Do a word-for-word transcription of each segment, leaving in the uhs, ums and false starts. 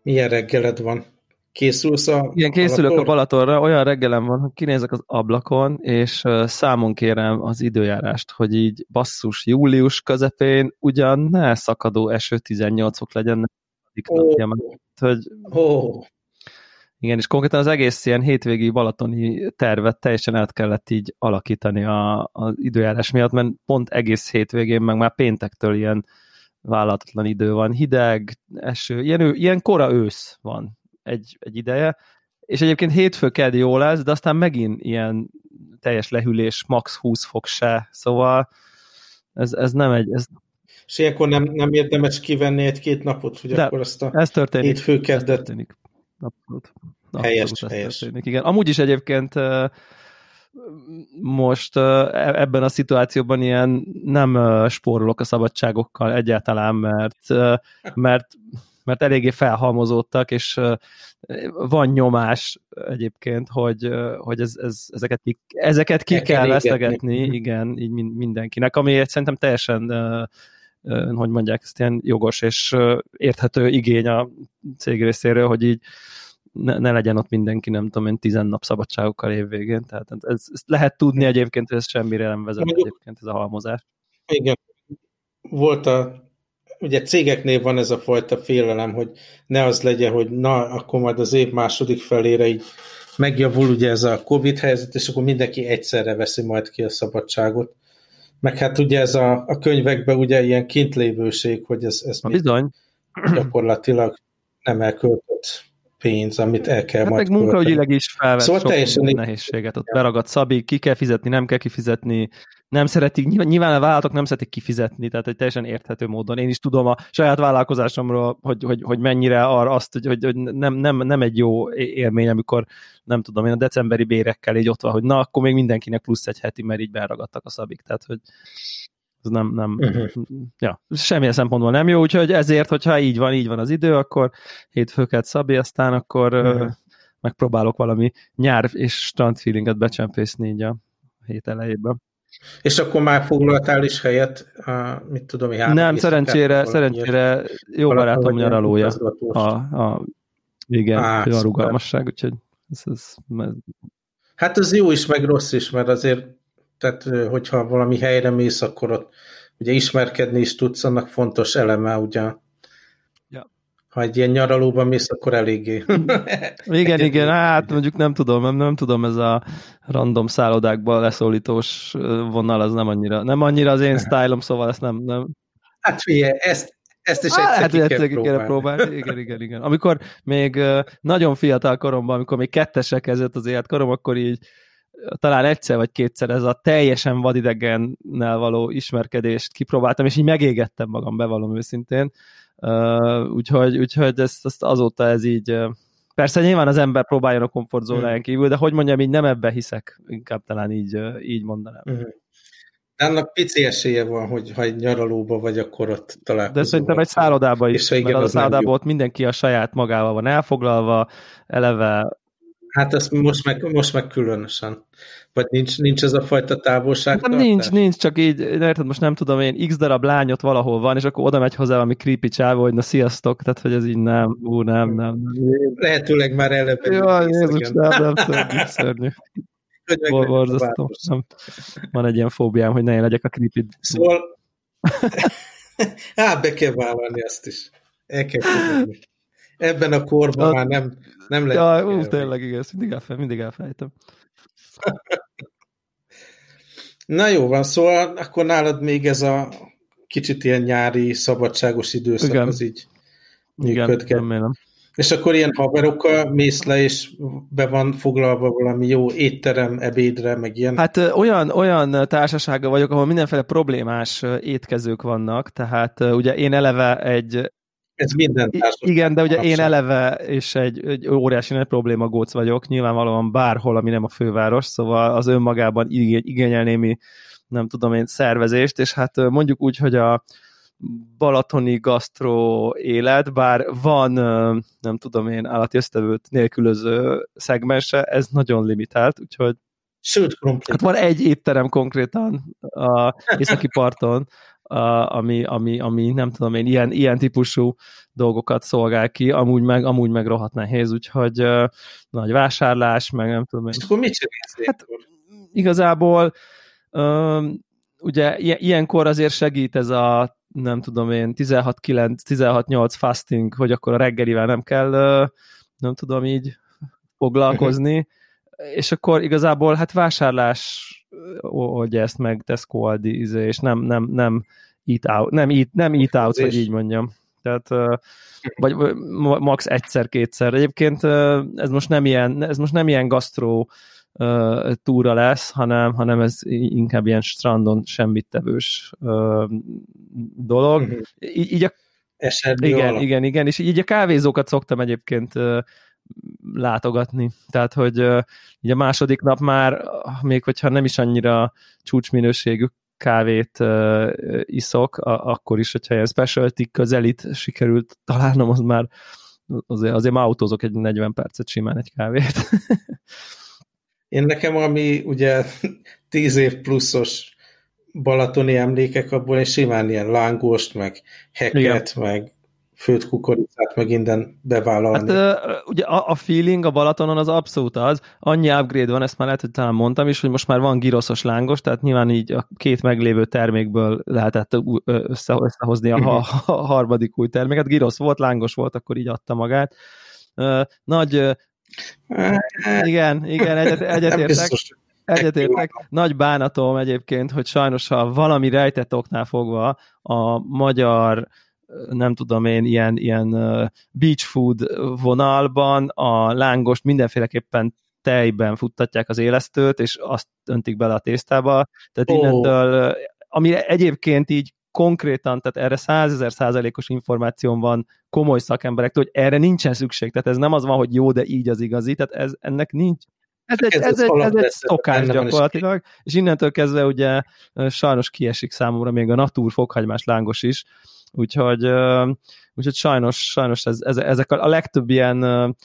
Milyen reggeled van? Készülsz a Igen, készülök Balatonra? a Balatonra, olyan reggelem van, hogy kinézek az ablakon, és uh, számon kérem az időjárást, hogy így basszus július közepén ugyan ne szakadó eső tizennyolc fok legyen, ne Ó, napja, mert, hogy ó, igen, és konkrétan az egész ilyen hétvégi balatoni tervet teljesen át kellett így alakítani a, az időjárás miatt, mert pont egész hétvégén, meg már péntektől ilyen vállalhatatlan idő van, hideg, eső, ilyen, ő, ilyen kora ősz van egy, egy ideje, és egyébként hétfő kedd jó lesz, de aztán megint ilyen teljes lehűlés, max húsz fok se, szóval ez, ez nem egy... Ez... és ilyenkor nem, nem érdemes kivenni egy-két napot, hogy de akkor azt a ez történik, hétfő ez keddet... történik. Abszolút. Abszolút Helyes, ez helyes. történik. Igen. Amúgy is egyébként most ebben a szituációban ilyen nem spórolok a szabadságokkal egyáltalán, mert, mert, mert eléggé felhalmozódtak, és van nyomás egyébként, hogy, hogy ez, ez, ezeket ki, ezeket ki kell veszegetni, igen, így mindenkinek, ami szerintem teljesen, hogy mondják, ezt ilyen jogos és érthető igény a cég részéről, hogy így Ne, ne legyen ott mindenki, nem tudom én, tizen nap szabadságokkal évvégén. Tehát ez, ezt lehet tudni egyébként, hogy ez semmire nem vezet egyébként ez a halmozás. Igen. Volt a, ugye cégeknél van ez a fajta félelem, hogy ne az legyen, hogy na, akkor majd az év második felére így megjavul ugye ez a Covid helyzet, és akkor mindenki egyszerre veszi majd ki a szabadságot. Meg hát ugye ez a, a könyvekben ugye ilyen kintlévőség, hogy ez, ez bizony. Gyakorlatilag nem elköltött pénz, amit el kell hát majd meg munkaügyileg is felvett szóval sok teljesen nehézséget. Ott beragadt Szabi, ki kell fizetni, nem kell kifizetni, nem szeretik, nyilván a vállalatok nem szeretik kifizetni, tehát egy teljesen érthető módon. Én is tudom a saját vállalkozásomról, hogy, hogy, hogy mennyire arra azt, hogy, hogy nem, nem, nem egy jó élmény, amikor nem tudom én a decemberi bérekkel így ott van, hogy na, akkor még mindenkinek plusz egy heti, mert így beragadtak a Szabik. Tehát, hogy ez nem, nem uh-huh. ja, semmilyen szempontból nem jó, úgyhogy ezért, hogyha így van, így van az idő, akkor hétfőket Szabi, aztán akkor uh-huh. megpróbálok valami nyár és strand feelinget becsempészni így a hét elejében. És akkor már foglaltál is helyet, a, mit tudom, három nem, szerencsére, szerencsére ilyes. Jó barátom nyaralója a, a, igen, Á, a rugalmasság, úgyhogy ez, ez, ez... hát ez jó is, meg rossz is, mert azért tehát, hogyha valami helyre mész, akkor ott ugye ismerkedni is tudsz, annak fontos eleme, ugye. Ja. Ha egy ilyen nyaralóban mész, akkor eléggé. igen, igen, hát mondjuk nem tudom, nem, nem tudom, ez a random szállodákban leszólítós vonal, az nem annyira, nem annyira az én sztájlom, szóval ezt nem... nem... Hát figyelj, ezt, ezt is egyszer hát, ki, egyszer kell ki kell próbálni. Igen, igen, igen. Amikor még nagyon fiatal koromban, amikor még kettesre kezdett az életkorom, akkor így talán egyszer vagy kétszer ez a teljesen vadidegennel való ismerkedést kipróbáltam, és így megégettem magam, bevallom őszintén. Uh, úgyhogy, úgyhogy ezt, ezt azóta ez így... Uh, persze nyilván az ember próbáljon a komfortzónáján kívül, de hogy mondjam, így nem ebbe hiszek, inkább talán így, uh, így mondanám. Uh-huh. Annak pici esélye van, hogy ha egy nyaralóba vagy, akkor ott találkozol. De szerintem egy szállodában is, igen, mert a szállodában ott mindenki a saját magával van elfoglalva, eleve... Hát ezt most meg, most meg különösen. Vagy nincs, nincs ez a fajta távolságtartás? Nem, nincs, nincs, csak így, érted, most nem tudom én, x darab lányot valahol van, és akkor oda megy hozzá valami creepy csávó, hogy na sziasztok, tehát hogy ez így nem, ú, nem, nem. Lehetőleg már eleve. Jaj, Jézus, nem, nem, szörnyű, szörnyű. Borzasztó. Van egy ilyen fóbiám, hogy ne én legyek a creepy. Szóval, hát be kell vállalni azt is. El kell tudni. Ebben a korban a... már nem, nem lehet. Ja, ú, tényleg, igen, ezt mindig, elfej, mindig elfelejtem. Na jó van, szóval akkor nálad még ez a kicsit ilyen nyári, szabadságos időszak, igen. Az így működget. Igen, és akkor ilyen haverokkal mész le, és be van foglalva valami jó étterem, ebédre, meg ilyen? Hát olyan, olyan társasággal vagyok, ahol mindenféle problémás étkezők vannak, tehát ugye én eleve egy... Ez minden társaság. Igen, de ugye én eleve és egy, egy óriási nagy probléma góc vagyok, nyilvánvalóan bárhol, ami nem a főváros, szóval az önmagában igényel némi, nem tudom én, szervezést, és hát mondjuk úgy, hogy a balatoni gasztró élet, bár van, nem tudom én, állati összetevőt nélkülöző szegmense, ez nagyon limitált, úgyhogy Sült krumpli. Hát van egy étterem konkrétan a északi parton, a, ami, ami, ami nem tudom én, ilyen, ilyen típusú dolgokat szolgál ki, amúgy meg, amúgy meg rohadt nehéz, úgyhogy uh, nagy vásárlás, meg nem tudom én. És akkor mit csinálsz? Hát igazából um, ugye ilyenkor azért segít ez a nem tudom én, tizenhat kilenc, tizenhat nyolc fasting, hogy akkor a reggelivel nem kell, nem tudom így foglalkozni, uh-huh. És akkor igazából hát vásárlás oldja ezt meg, Tesco, Aldi, és nem, nem, nem eat out, nem eat, nem eat out, hogy így mondjam. Tehát, vagy max egyszer-kétszer. Egyébként ez most nem ilyen, ez most nem ilyen gasztró túra lesz, hanem, hanem ez inkább ilyen strandon semmit tevős dolog. Uh-huh. Így, így a, igen, alap. igen, igen, és így a kávézókat szoktam egyébként látogatni. Tehát, hogy így a második nap már, még hogyha nem is annyira csúcsminőségű kávét iszok, akkor is, hogyha ilyen specialty közelit sikerült találnom, az már azért, azért már autózok egy negyven percet simán egy kávét. Én nekem, ami ugye tíz év pluszos balatoni emlékek, abból én simán ilyen lángost, meg heket, igen. meg főtt kukoricát, meg innen bevállalni. Hát uh, ugye a, a feeling a Balatonon az abszolút az, annyi upgrade van, ezt már lehet, hogy talán mondtam is, hogy most már van giroszos lángos, tehát nyilván így a két meglévő termékből lehetett össze, összehozni a, a, a harmadik új terméket. Girosz volt, lángos volt, akkor így adta magát. Uh, nagy uh, igen, igen, egyet, egyetértek. Egyetértek. Nagy bánatom egyébként, hogy sajnos ha valami rejtett oknál fogva a magyar, nem tudom én, ilyen, ilyen beach food vonalban a lángost mindenféleképpen tejben futtatják az élesztőt, és azt öntik bele a tésztába. Tehát oh. innentől, amire egyébként így konkrétan, tehát erre százezer százalékos információm van komoly szakemberektől, hogy erre nincsen szükség. Tehát ez nem az van, hogy jó, de így az igazi. Tehát ez, ennek nincs. Ez egy, ez, ez egy, ez egy szokás gyakorlatilag, és innentől kezdve ugye sajnos kiesik számomra még a natúr fokhagymás lángos is, úgyhogy, úgyhogy sajnos, sajnos ez, ez, ezek a, a legtöbb ilyen,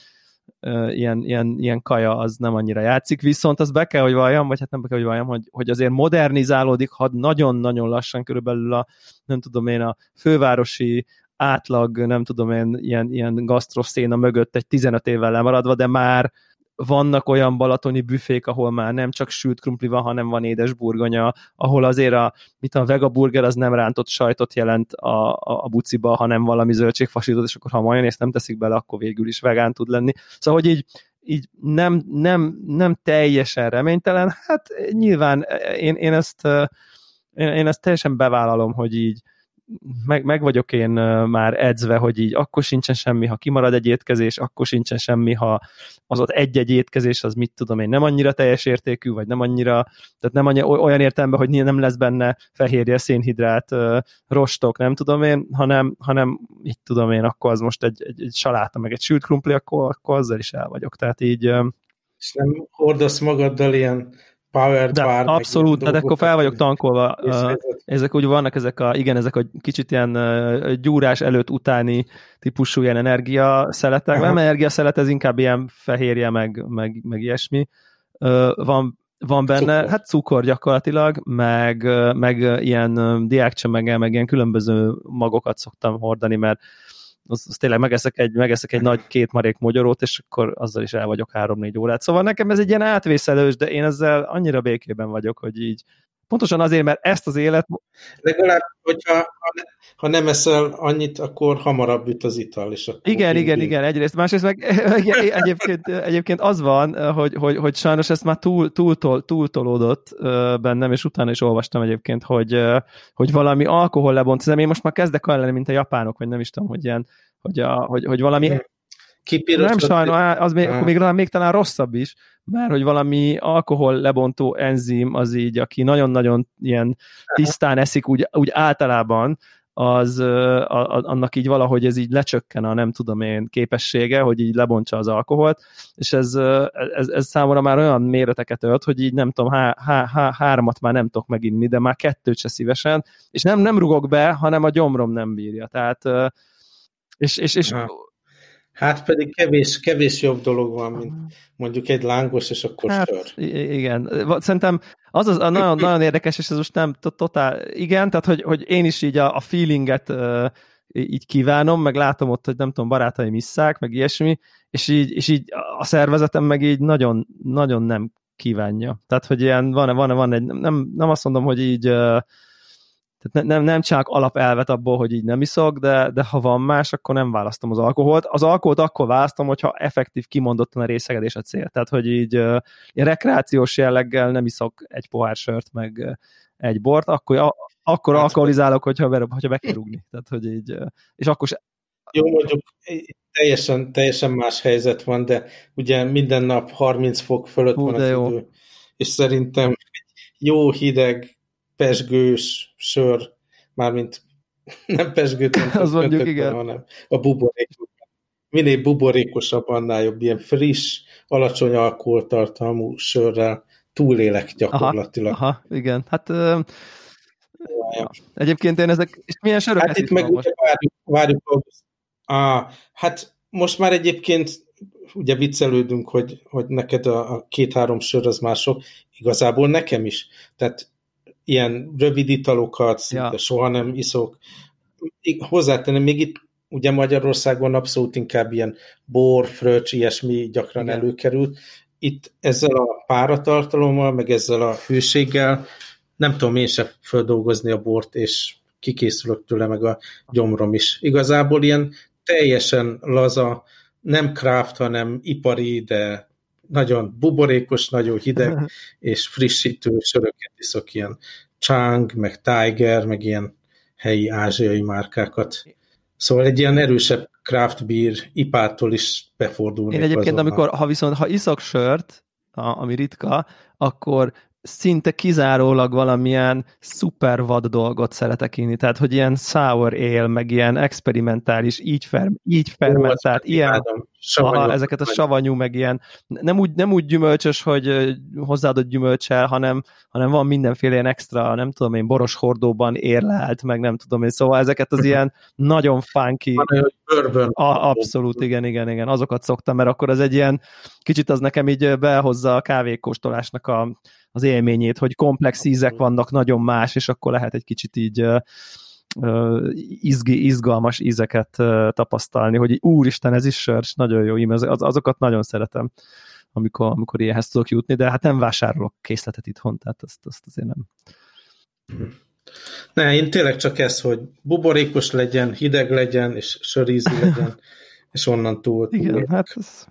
ilyen, ilyen, ilyen kaja az nem annyira játszik, viszont az be kell, hogy valljam, vagy hát nem be kell, hogy valljam, hogy, hogy azért modernizálódik, ha nagyon-nagyon lassan körülbelül a, nem tudom én, a fővárosi átlag, nem tudom én, ilyen, ilyen gasztroszéna mögött egy tizenöt évvel lemaradva, de már vannak olyan balatoni büfék, ahol már nem csak sült krumpli van, hanem van édes burgonya, ahol azért a, mit a vegaburger az nem rántott sajtot jelent a, a, a buciba, hanem valami zöldségfasítot, és akkor ha majonézt nem teszik bele, akkor végül is vegán tud lenni. Szóval, hogy így, így nem, nem, nem teljesen reménytelen, hát nyilván én, én, ezt, én, én ezt teljesen bevállalom, hogy így Meg, meg vagyok én már edzve, hogy így akkor sincsen semmi, ha kimarad egy étkezés, akkor sincsen semmi, ha az ott egy-egy étkezés, az mit tudom én, nem annyira teljes értékű, vagy nem annyira, tehát nem annyira, olyan értelemben, hogy nem lesz benne fehérje, szénhidrát, rostok, nem tudom én, hanem, hanem így tudom én, akkor az most egy, egy, egy saláta, meg egy sült krumpli, akkor, akkor azzal is el vagyok. Tehát így... És nem hordasz magaddal ilyen power de bar, abszolút, tehát akkor fel vagyok tankolva. Uh, ezek úgy vannak, ezek a, igen, ezek a kicsit ilyen uh, gyúrás előtt utáni típusú ilyen energiaszeletek. Nem energiaszelet, ez inkább ilyen fehérje, meg, meg, meg ilyesmi. Uh, van, van benne, cukor. Hát cukor gyakorlatilag, meg, meg ilyen diákcsemege, meg ilyen különböző magokat szoktam hordani, mert az, az tényleg megeszek egy, megeszek egy nagy két marék mogyorót, és akkor azzal is el vagyok három-négy órát. Szóval nekem ez egy ilyen átvészelős, de én ezzel annyira békében vagyok, hogy így pontosan azért, mert ezt az élet... Legalább, hogyha ha, ne, ha nem eszel annyit, akkor hamarabb üt az ital. És akkor igen, igen, igen, igen, egyrészt. Másrészt meg egyébként, egyébként az van, hogy, hogy, hogy sajnos ezt már túl, túl, túl, túltolódott bennem, és utána is olvastam egyébként, hogy, hogy valami alkohol lebontozom. Én most már kezdek olyan lenni, mint a japánok, vagy nem is tudom, hogy ilyen, hogy, a, hogy, hogy valami... Nem sajnos, az még, akkor még, még talán rosszabb is, mert hogy valami alkohol lebontó enzim, az így, aki nagyon-nagyon ilyen tisztán eszik, úgy, úgy általában, az a, a, annak így valahogy ez így lecsökken a nem tudom én képessége, hogy így lebontsa az alkoholt, és ez, ez, ez számomra már olyan méreteket ölt, hogy így nem tudom, há, há, há, háromat már nem tudok meginni, de már kettőt se szívesen, és nem, nem rugok be, hanem a gyomrom nem bírja. Tehát és, és, és Hát pedig kevés, kevés jobb dolog van, mint mondjuk egy lángos, és akkor hát, sör. Igen. Szerintem az az a nagyon, nagyon érdekes, és ez most nem totál, igen, tehát hogy, hogy én is így a, a feelinget uh, így kívánom, meg látom ott, hogy nem tudom, barátaim isszák, meg ilyesmi, és így, és így a szervezetem meg így nagyon, nagyon nem kívánja. Tehát, hogy ilyen van, van, van egy, nem, nem azt mondom, hogy így uh, tehát nem, nem csak alapelvet abból, hogy így nem iszok, de, de ha van más, akkor nem választom az alkoholt. Az alkoholt akkor választom, hogyha effektív kimondottan a részegedés a cél. Tehát, hogy így uh, rekreációs jelleggel nem iszok egy pohár sört, meg uh, egy bort, akkor, a, akkor hát, alkoholizálok, hogyha be, hogyha be kell rúgni. Tehát, hogy így, uh, és akkor se... Jó, mondjuk teljesen, teljesen más helyzet van, de ugye minden nap harminc fok fölött Hú, van az jó. idő. És szerintem jó hideg pezsgős sör, mármint nem pezsgőt, az mondjuk, igen. hanem a buborékos. Minél buborékosabb, annál jobb, ilyen friss, alacsony alkoholtartalmú sörrel túlélek gyakorlatilag. Aha, aha igen. Hát ö, ja. Egyébként én ezek, és milyen söröket hát itt meg ugye várjuk, várjuk ah, hát most már egyébként ugye viccelődünk, hogy, hogy neked a, a két-három sör az már sok, igazából nekem is. Tehát ilyen rövid italokat szinte ja. soha nem iszok. Hozzátenem, még itt ugye Magyarországon abszolút inkább ilyen bor, fröccs, ilyesmi gyakran Igen. előkerült. Itt ezzel a páratartalommal, meg ezzel a hőséggel nem tudom én sem földolgozni a bort, és kikészülök tőle, meg a gyomrom is. Igazából ilyen teljesen laza, nem craft, hanem ipari, de nagyon buborékos, nagyon hideg, és frissítő söröket iszok, ilyen Chang, meg Tiger, meg ilyen helyi ázsiai márkákat. Szóval egy ilyen erősebb craft beer ipától is befordulnék. Én egyébként, azonnal. amikor, ha viszont, ha iszok sört, ami ritka, akkor szinte kizárólag valamilyen szuper vad dolgot szeretek inni, tehát hogy ilyen sour ale, meg ilyen experimentális, így, fer, így fermentált, Ó, ilyen, aha, ezeket a savanyú, meg ilyen, nem úgy, nem úgy gyümölcsös, hogy hozzáadott gyümölcsel, hanem, hanem van mindenféle ilyen extra, nem tudom én, boros hordóban érlelt, meg nem tudom én, szóval ezeket az ilyen nagyon funky, a, abszolút, igen, igen, igen, azokat szoktam, mert akkor az egy ilyen, kicsit az nekem így behozza a kávékóstolásnak a az élményét, hogy komplex ízek vannak, nagyon más, és akkor lehet egy kicsit így uh, uh, izgi, izgalmas ízeket uh, tapasztalni, hogy úristen, ez is sör, és nagyon jó ím, az, azokat nagyon szeretem, amikor, amikor ilyenhez tudok jutni, de hát nem vásárolok készletet itthon, tehát azt, azt azért nem. Ne, én tényleg csak ez, hogy buborékos legyen, hideg legyen, és sörízű legyen, és onnan túl. Igen, hát ez...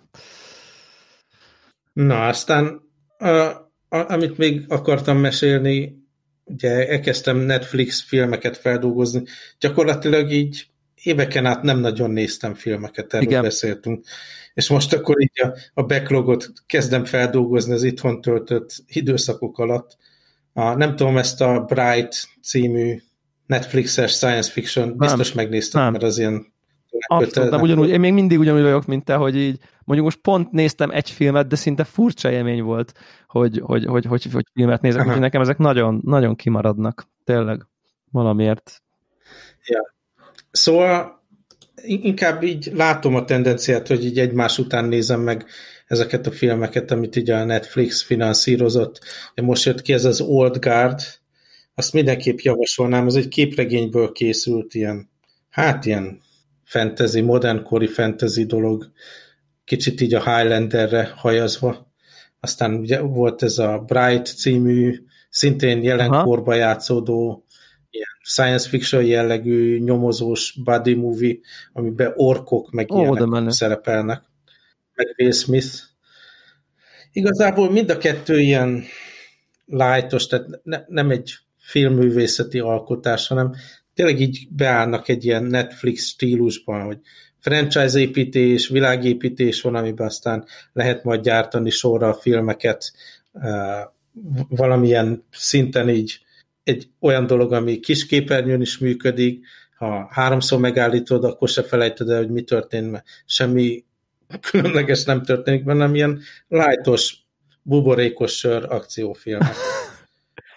Na, aztán uh, amit még akartam mesélni, ugye elkezdtem Netflix filmeket feldolgozni, gyakorlatilag így éveken át nem nagyon néztem filmeket, erről Igen. beszéltünk, és most akkor így a, a backlogot kezdem feldolgozni az itthon töltött időszakok alatt. A, nem tudom, ezt a Bright című Netflixes science fiction, biztos nem. megnéztem, nem. mert az ilyen Abszolút, nem ugyanúgy, én még mindig ugyanúgy vagyok, mint te, hogy így, mondjuk most pont néztem egy filmet, de szinte furcsa élmény volt, hogy, hogy, hogy, hogy, hogy filmet nézek, úgyhogy nekem ezek nagyon, nagyon kimaradnak, tényleg, valamiért. Ja. Szóval inkább így látom a tendenciát, hogy így egymás után nézem meg ezeket a filmeket, amit így a Netflix finanszírozott. Most jött ki ez az Old Guard, azt mindenképp javasolnám, az egy képregényből készült ilyen, hát ilyen fantasy, modernkori fantasy dolog, kicsit így a Highlanderre hajazva. Aztán ugye volt ez a Bright című, szintén jelenkorban játszódó, ilyen science fiction jellegű, nyomozós buddy movie, amiben orkok meg oh, ilyenek szerepelnek. Meg Will Smith. Igazából mind a kettő ilyen lightos, tehát ne, nem egy filmművészeti alkotás, hanem tényleg így beállnak egy ilyen Netflix stílusban, hogy franchise építés, világépítés van, amiben aztán lehet majd gyártani sorra a filmeket, valamilyen szinten így egy olyan dolog, ami kisképernyőn is működik, ha háromszor megállítod, akkor se felejted el, hogy mi történt, mert semmi különleges nem történik benne, hanem ilyen lightos, buborékos sör akciófilmek.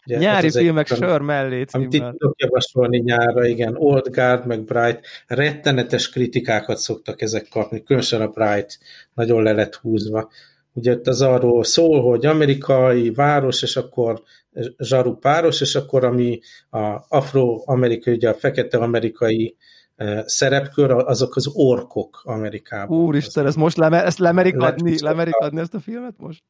Ugye, nyári az filmek egy, sör mellé amit itt tudok javasolni nyárra, igen, Old Guard, meg Bright, rettenetes kritikákat szoktak ezek kapni, különösen a Bright nagyon le lett húzva. Ugye ott az arról szól, hogy amerikai város, és akkor zsaru páros, és akkor ami a afroamerikai, ugye a fekete-amerikai szerepkör, azok az orkok Amerikában. Úristen, ez most leme, ezt lemerik adni, lemerik adni ezt a filmet most?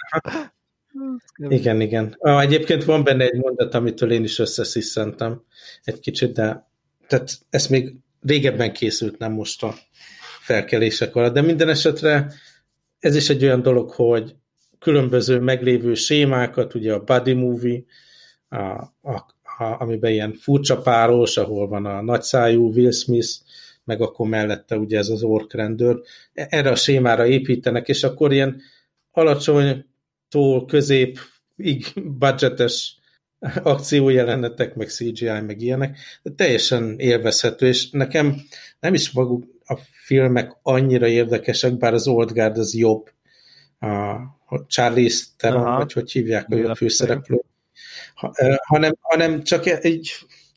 Igen, igen. Ah, egyébként van benne egy mondat, amitől én is összesziszentem egy kicsit, de tehát ez még régebben készült, nem most a felkelések alatt. De minden esetre ez is egy olyan dolog, hogy különböző meglévő sémákat, ugye a buddy movie, a, a, a, amiben ilyen furcsa páros, ahol van a nagyszájú Will Smith, meg akkor mellette ugye ez az orkrendőr, erre a sémára építenek, és akkor ilyen alacsonytól közép budgetes akciójelenetek, meg cé gé i, meg ilyenek, de teljesen élvezhető, és nekem nem is maguk a filmek annyira érdekesek, bár az Old Guard az jobb, a Charlize Theron, vagy hogy hívják, hogy a főszereplő, ha, hanem, hanem csak egy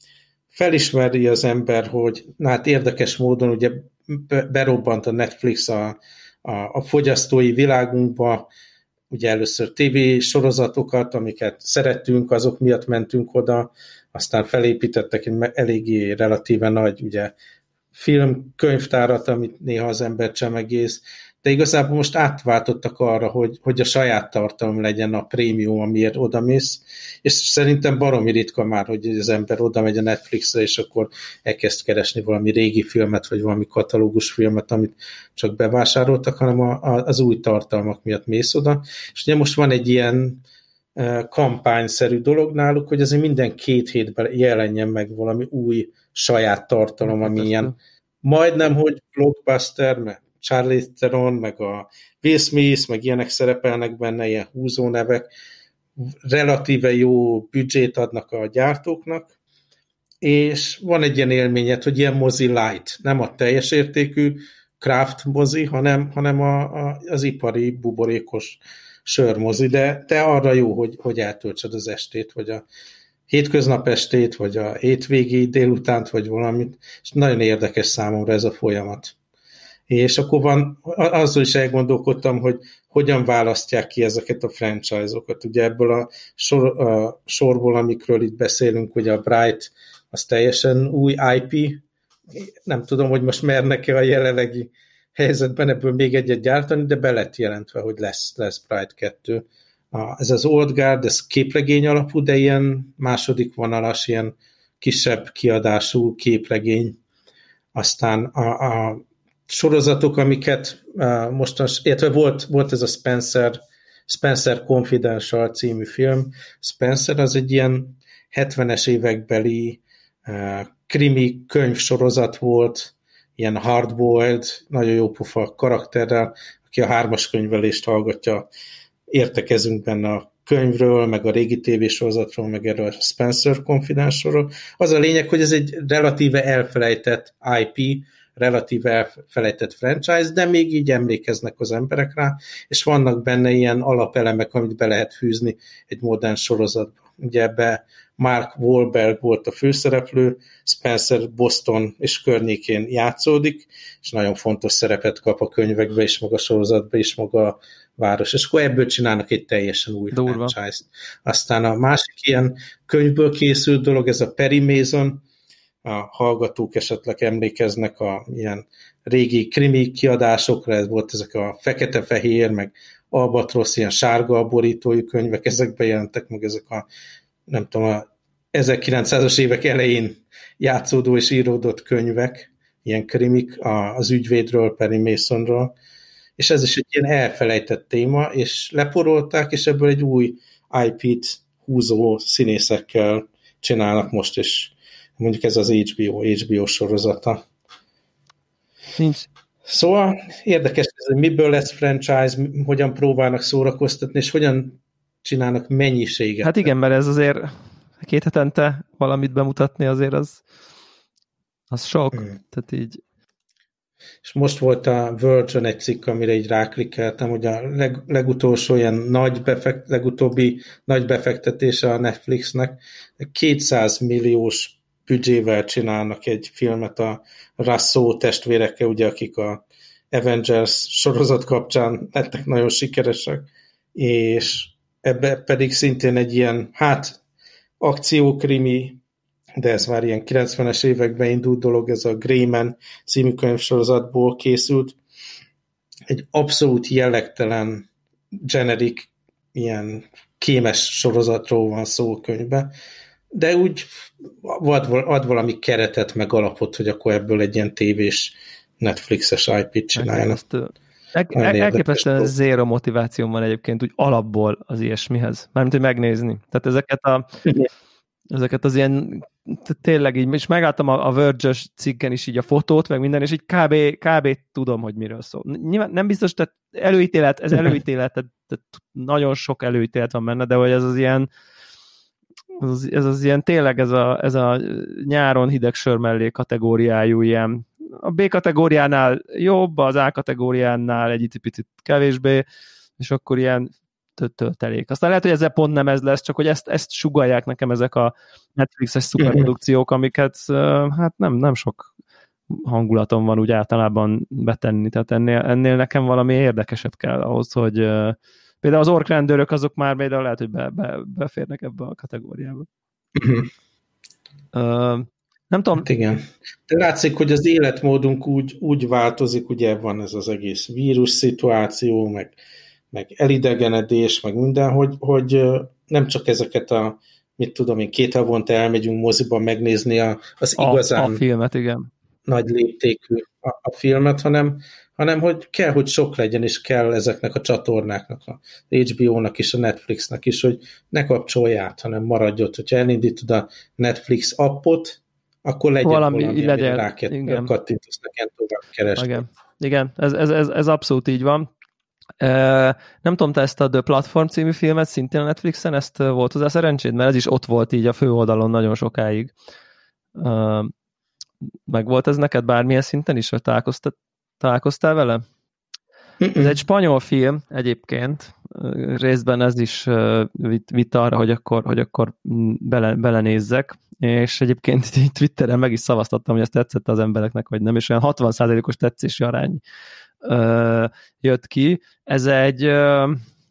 felismeri az ember, hogy na hát érdekes módon ugye berobbant a Netflix a, a, a fogyasztói világunkba, ugye először tévé sorozatokat, amiket szerettünk, azok miatt mentünk oda, aztán felépítettek egy eléggé relatíven nagy ugye, filmkönyvtárat, amit néha az ember csemegész, de igazából most átváltottak arra, hogy, hogy a saját tartalom legyen a prémium, amiért odamész, és szerintem baromi ritka már, hogy az ember oda megy a Netflixre, és akkor elkezd keresni valami régi filmet, vagy valami katalógus filmet, amit csak bevásároltak, hanem a, a, az új tartalmak miatt mész oda. És ugye most van egy ilyen uh, kampányszerű dolog náluk, hogy azért minden két hétben jelenjen meg valami új saját tartalom, ami ilyen majdnem, hogy blockbuster, mert Charlize Theron, meg a Will Smith, meg ilyenek szerepelnek benne, ilyen húzó nevek, relatíve jó büdzsét adnak a gyártóknak, és van egy ilyen élményed, hogy ilyen mozi light, nem a teljes értékű craft mozi, hanem, hanem a, a, az ipari, buborékos sörmozi, de te arra jó, hogy, hogy eltöltsed az estét, vagy a hétköznap estét, vagy a hétvégi délutánt, vagy valamit, és nagyon érdekes számomra ez a folyamat. És akkor van, azzal is elgondolkodtam, hogy hogyan választják ki ezeket a franchise-okat. Ugye ebből a, sor, a sorból, amikről itt beszélünk, ugye a Bright, az teljesen új i pé. Nem tudom, hogy most mernek-e a jelenlegi helyzetben ebből még egyet gyártani, de be lett jelentve, hogy lesz, lesz Bright kettő. A, ez az Old Guard, ez képregény alapú, de ilyen második vonalas, ilyen kisebb kiadású képregény. Aztán a, a sorozatok, amiket uh, mostan, illetve volt, volt ez a Spencer, Spencer Confidential című film. Spencer az egy ilyen hetvenes évekbeli uh, krimi könyvsorozat volt, ilyen hardboiled, nagyon jó pofa karakterrel, aki a hármas könyvelést hallgatja, értekezünk benne a könyvről, meg a régi tévésorozatról, meg erről a Spencer Confidentialról. Az a lényeg, hogy ez egy relatíve elfelejtett i pé, relatíve elfelejtett franchise, de még így emlékeznek az emberek rá, és vannak benne ilyen alapelemek, amit be lehet fűzni egy modern sorozatba. Ugye ebbe Mark Wahlberg volt a főszereplő, Spencer Boston és környékén játszódik, és nagyon fontos szerepet kap a könyvekbe is, maga a sorozatba is, maga a város. És akkor ebből csinálnak egy teljesen új Durva. franchise-t. Aztán a másik ilyen könyvből készült dolog, ez a Perry Mason, a hallgatók esetleg emlékeznek a ilyen régi krimi kiadásokra, ez volt ezek a fekete-fehér, meg albatrosz, ilyen sárga borítójú könyvek, ezekbe jelentek meg ezek a, nem tudom, a ezerkilencszázas évek elején játszódó és íródott könyvek, ilyen krimik az ügyvédről, Perry Masonról, és ez is egy ilyen elfelejtett téma, és leporolták, és ebből egy új i pét húzó színészekkel csinálnak most, és mondjuk ez az há bé o, há bé o sorozata. Nincs. Szóval érdekes, hogy miből lesz franchise, hogyan próbálnak szórakoztatni, és hogyan csinálnak mennyiséget. Hát igen, mert ez azért két hetente valamit bemutatni azért az, az sok. Hmm. Tehát így. És most volt a Verge-on egy cikk, amire így ráklikkeltem, hogy a leg, legutolsó ilyen nagy befekt, legutóbbi nagy befektetése a Netflixnek kétszáz milliós büdzsével csinálnak egy filmet a Russo testvérekkel, ugye, akik a Avengers sorozat kapcsán lettek nagyon sikeresek, és ebbe pedig szintén egy ilyen, hát akciókrimi, de ez már ilyen kilencvenes években indult dolog, ez a Greyman című könyvsorozatból készült. Egy abszolút jellegtelen, generic, ilyen kémes sorozatról van szó a könyvben, de úgy ad, ad valami keretet, meg alapot, hogy akkor ebből egy ilyen tévés Netflixes i pé-t csináljanak. El, el, elképesztően zéro motivációm van egyébként úgy alapból az ilyesmihez. Mármint, hogy megnézni. Tehát ezeket a ezeket az ilyen, tényleg így, és megálltam a, a Verge-ös cikken is így a fotót, meg minden, és így kb, kb tudom, hogy miről szól. Nyilván nem biztos, tehát előítélet, ez előítélet, tehát, tehát nagyon sok előítélet van benne, de hogy ez az ilyen, ez, ez az ilyen tényleg ez a, ez a nyáron hideg sör mellé kategóriájú ilyen, a B kategóriánál jobb, az A kategóriánál egy picit kevésbé, és akkor ilyen töltelék. Aztán lehet, hogy ezzel pont nem ez lesz, csak hogy ezt, ezt sugallják nekem ezek a Netflixes szuperprodukciók, amiket hát nem, nem sok hangulatom van úgy általában betenni, tehát ennél, ennél nekem valami érdekeset kell ahhoz, hogy például az orkrendőrök azok már például lehet, hogy be, be, beférnek ebbe a kategóriába. uh, nem tudom. Hát igen. De látszik, hogy az életmódunk úgy, úgy változik, ugye van ez az egész vírus szituáció, meg meg elidegenedés, meg minden, hogy, hogy nem csak ezeket a, mit tudom én, két havonta elmegyünk moziba megnézni a, az a, igazán a filmet, igen. nagy léptékű a, a filmet, hanem, hanem hogy kell, hogy sok legyen, és kell ezeknek a csatornáknak, a há bé ó-nak és a Netflixnek is, hogy ne kapcsolj át, hanem maradj ott. Hogyha elindítod a Netflix appot, akkor legyen valami, valami legyen, ráket, kattintasz nekem tovább keresni. Igen, igen. Ez, ez, ez, ez abszolút így van. Uh, nem tudom, te ezt a The Platform című filmet szintén a Netflixen, ezt uh, volt hozzá szerencséd? Mert ez is ott volt így a főoldalon nagyon sokáig. Uh, meg volt ez neked bármilyen szinten is, hogy találkoztál, találkoztál vele? Mm-mm. Ez egy spanyol film egyébként, uh, részben ez is uh, vitt, vitt arra, hogy akkor, hogy akkor bele, belenézzek, és egyébként Twitteren meg is szavaztattam, hogy ezt tetszett az embereknek, vagy nem, és olyan hatvan százalékos tetszési arány Uh, jött ki. Ez egy uh,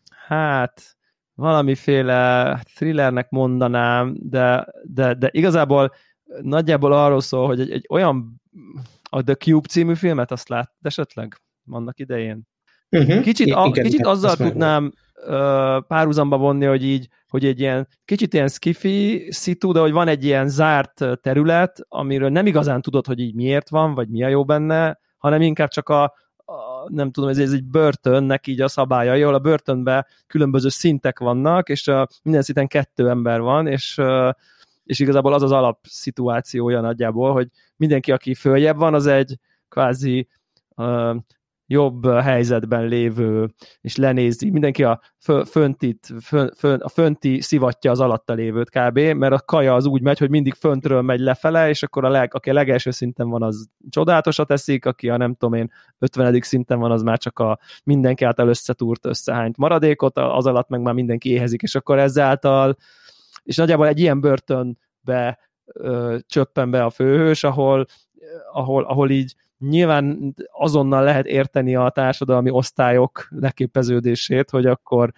hát valamiféle thrillernek mondanám, de, de, de igazából nagyjából arról szól, hogy egy, egy olyan a The Cube című filmet azt lát esetleg annak idején. Uh-huh. Kicsit, a, igen, kicsit igen, azzal tudnám uh, párhuzamba vonni, hogy így, hogy egy ilyen kicsit ilyen skifi szitu, de hogy van egy ilyen zárt terület, amiről nem igazán tudod, hogy így miért van, vagy mi a jó benne, hanem inkább csak a A, nem tudom, ez, ez egy börtönnek így a szabályai, ahol a börtönben különböző szintek vannak, és a, minden szinten kettő ember van, és, és igazából az az alapszituációja nagyjából, hogy mindenki, aki följebb van, az egy kvázi uh, jobb helyzetben lévő, és lenézi. Mindenki a föntit, fön, fön, a fönti szivatja az alatta lévőt kb., mert a kaja az úgy megy, hogy mindig föntről megy lefele, és akkor a leg, aki a legelső szinten van, az csodálatosat eszik, aki a nem tudom én ötvenedik szinten van, az már csak a mindenki által összetúrt, összehányt maradékot, az alatt meg már mindenki éhezik, és akkor ezáltal, és nagyjából egy ilyen börtönbe ö, csöppen be a főhős, ahol, ahol, ahol így nyilván azonnal lehet érteni a társadalmi osztályok leképeződését, hogy akkor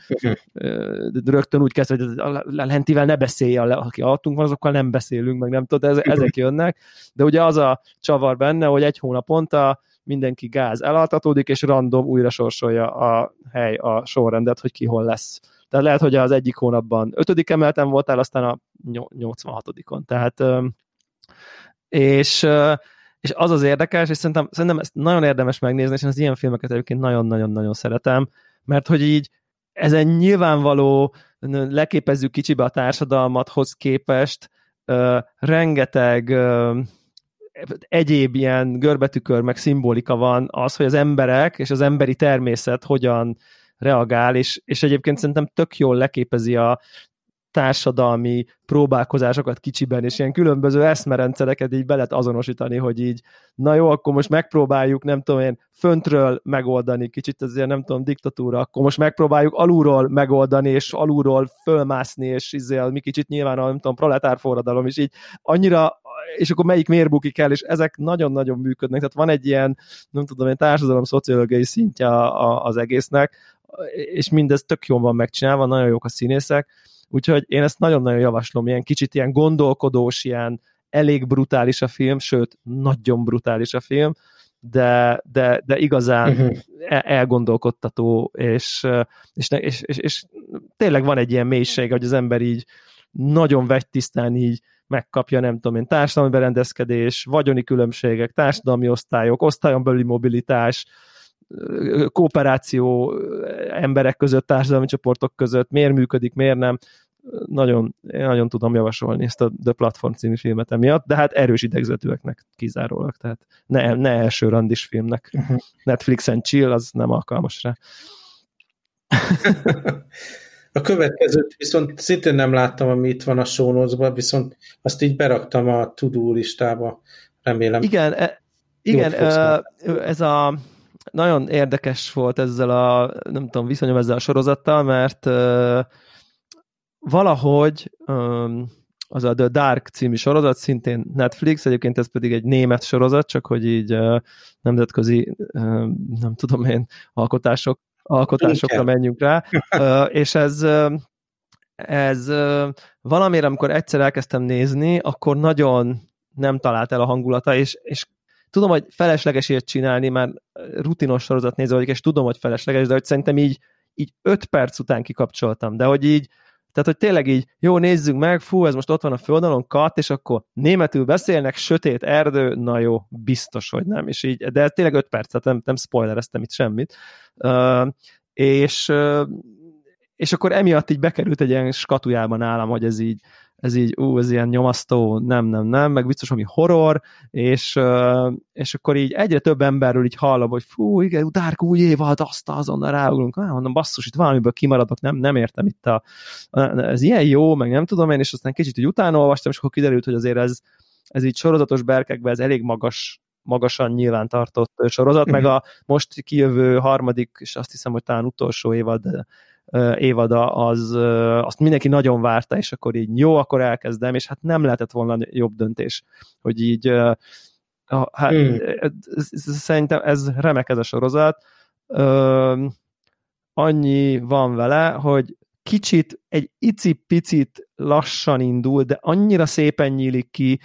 rögtön úgy kezd, hogy a lentivel ne beszélj, aki alattunk van, azokkal nem beszélünk, meg nem tudod, ezek jönnek, de ugye az a csavar benne, hogy egy hónaponta mindenki gáz elaltatódik, és random újra sorsolja a hely, a sorrendet, hogy ki hol lesz. Tehát lehet, hogy az egyik hónapban ötödik emeleten voltál, aztán a nyolcvanhatodikon. Tehát és És az az érdekes, és szerintem, szerintem ezt nagyon érdemes megnézni, és az ilyen filmeket egyébként nagyon-nagyon-nagyon szeretem, mert hogy így ezen nyilvánvaló leképezzük kicsibe a társadalmathoz képest uh, rengeteg uh, egyéb ilyen görbetükör, meg szimbolika van az, hogy az emberek és az emberi természet hogyan reagál, és, és egyébként szerintem tök jól leképezi a társadalmi próbálkozásokat kicsiben, és ilyen különböző eszmerendszereket így be lehet azonosítani, hogy így, na jó, akkor most megpróbáljuk, nem tudom én, föntről megoldani, kicsit ez ilyen, nem tudom, diktatúra, akkor most megpróbáljuk alulról megoldani, és alulról fölmászni, és izél, mi kicsit nyilván a, nem tudom, proletár forradalom, és így annyira, és akkor melyik miért bukik el, és ezek nagyon-nagyon működnek, tehát van egy ilyen, nem tudom én, társadalom szociológiai szintje az egésznek, és mindez tök jól van megcsinálva, nagyon jók a színészek, úgyhogy én ezt nagyon-nagyon javaslom, ilyen kicsit ilyen gondolkodós, ilyen elég brutális a film, sőt, nagyon brutális a film, de, de, de igazán uh-huh. elgondolkodtató, és, és, és, és, és tényleg van egy ilyen mélység, hogy az ember így nagyon vegytisztán így megkapja, nem tudom én, társadalmi berendezkedés, vagyoni különbségek, társadalmi osztályok, osztályon belüli mobilitás, kooperáció emberek között, társadalmi csoportok között, miért működik, miért nem. Nagyon, nagyon tudom javasolni ezt a The Platform című filmet emiatt, de hát erős idegzetűeknek kizárólag, tehát ne, ne első randis filmnek. Uh-huh. Netflix and chill, az nem alkalmas rá. A következőt viszont szintén nem láttam, ami itt van a show notes-ban, viszont azt így beraktam a to-do listába, remélem. Igen, e, igen ez a nagyon érdekes volt ezzel a, nem tudom, viszonyom ezzel a sorozattal, mert uh, valahogy um, az a The Dark című sorozat, szintén Netflix, egyébként ez pedig egy német sorozat, csak hogy így uh, nemzetközi, uh, nem tudom én, alkotások, alkotásokra menjünk rá, uh, és ez, uh, ez uh, valamire, amikor egyszer elkezdtem nézni, akkor nagyon nem talált el a hangulata, és, és tudom, hogy felesleges ilyet csinálni, már rutinos sorozat nézve vagyok, és tudom, hogy felesleges, de hogy szerintem így, így öt perc után kikapcsoltam, de hogy így, tehát hogy tényleg így, jó, nézzük meg, fú, ez most ott van a földalon, kat, és akkor németül beszélnek, sötét erdő, na jó, biztos, hogy nem, és így, de tényleg öt perc, tehát nem, nem spoilereztem itt semmit, uh, és, uh, és akkor emiatt így bekerült egy ilyen skatujában nálam, hogy ez így, ez így, ú, ez ilyen nyomasztó, nem, nem, nem, meg biztos, ami horror, és, és akkor így egyre több emberről így hallom, hogy fú, igen, Dark új évad, azt azonnal ráugrunk, ah, mondom, basszus, itt valamiből kimaradok, nem, nem értem itt a, ez ilyen jó, meg nem tudom én, és aztán kicsit így utána olvastam, és akkor kiderült, hogy azért ez, ez így sorozatos berkekben, ez elég magas, magasan nyilván tartott sorozat, mm-hmm. meg a most kijövő harmadik, és azt hiszem, hogy talán utolsó évad évada, az, azt mindenki nagyon várta, és akkor így jó, akkor elkezdem, és hát nem lehetett volna jobb döntés, hogy így hát, mm. szerintem ez remek ez a sorozat. Annyi van vele, hogy kicsit, egy icipicit lassan indul, de annyira szépen nyílik ki.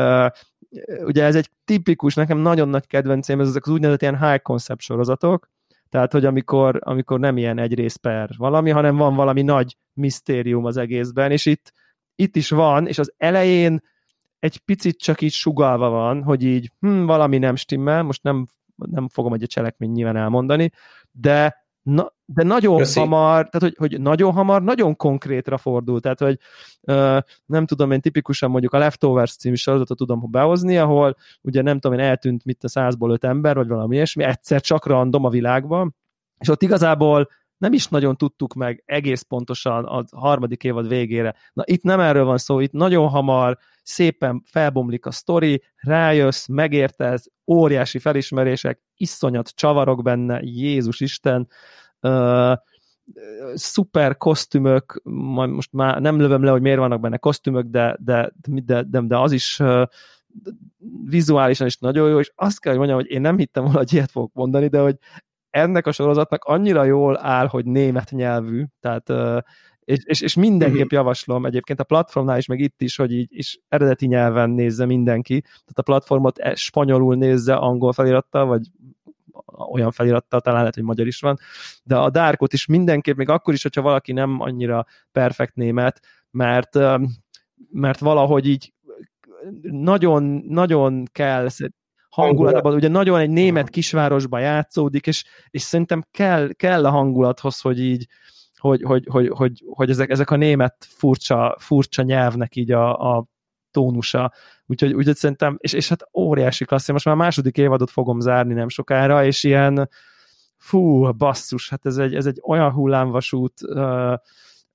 Ugye ez egy tipikus, nekem nagyon nagy kedvencém, ez ezek az úgynevezett ilyen high concept sorozatok, tehát, hogy amikor, amikor nem ilyen egy rész per valami, hanem van valami nagy misztérium az egészben, és itt, itt is van, és az elején egy picit csak így sugallva van, hogy így hm, valami nem stimmel, most nem, nem fogom egy cselekmény nyilván elmondani, de, na, de nagyon Köszi. hamar, tehát hogy, hogy nagyon hamar, nagyon konkrétra fordul, tehát, hogy uh, nem tudom én tipikusan mondjuk a Leftovers című sorozatot tudom behozni, ahol ugye nem tudom én eltűnt mit a százból öt ember, vagy valami ilyesmi, egyszer csak random a világban, és ott igazából nem is nagyon tudtuk meg egész pontosan a harmadik évad végére. Na itt nem erről van szó, itt nagyon hamar, szépen felbomlik a sztori, rájössz, megértez, óriási felismerések, iszonyat csavarok benne, Jézus Isten, uh, szuper kosztümök, most már nem lövöm le, hogy miért vannak benne kosztümök, de, de, de, de, de az is uh, vizuálisan is nagyon jó, és azt kell, hogy mondjam, hogy én nem hittem volna, hogy ilyet fogok mondani, de hogy ennek a sorozatnak annyira jól áll, hogy német nyelvű, tehát és, és, és mindenképp javaslom, egyébként a platformnál is, meg itt is, hogy így is eredeti nyelven nézze mindenki, tehát a platformot spanyolul nézze angol felirattal, vagy olyan felirattal, talán lehet, hogy magyar is van, de a Darkot is mindenképp, még akkor is, hogyha valaki nem annyira perfekt német, mert, mert valahogy így nagyon, nagyon kell hangulatban, ugye nagyon egy német kisvárosban játszódik, és, és szerintem kell, kell a hangulathoz, hogy így, hogy, hogy, hogy, hogy, hogy ezek, ezek a német furcsa, furcsa nyelvnek így a, a tónusa. Úgyhogy, úgyhogy szerintem, és, és hát óriási klassz, most már a második évadot fogom zárni nem sokára, és ilyen fú, basszus, hát ez egy, ez egy olyan hullámvasút, uh,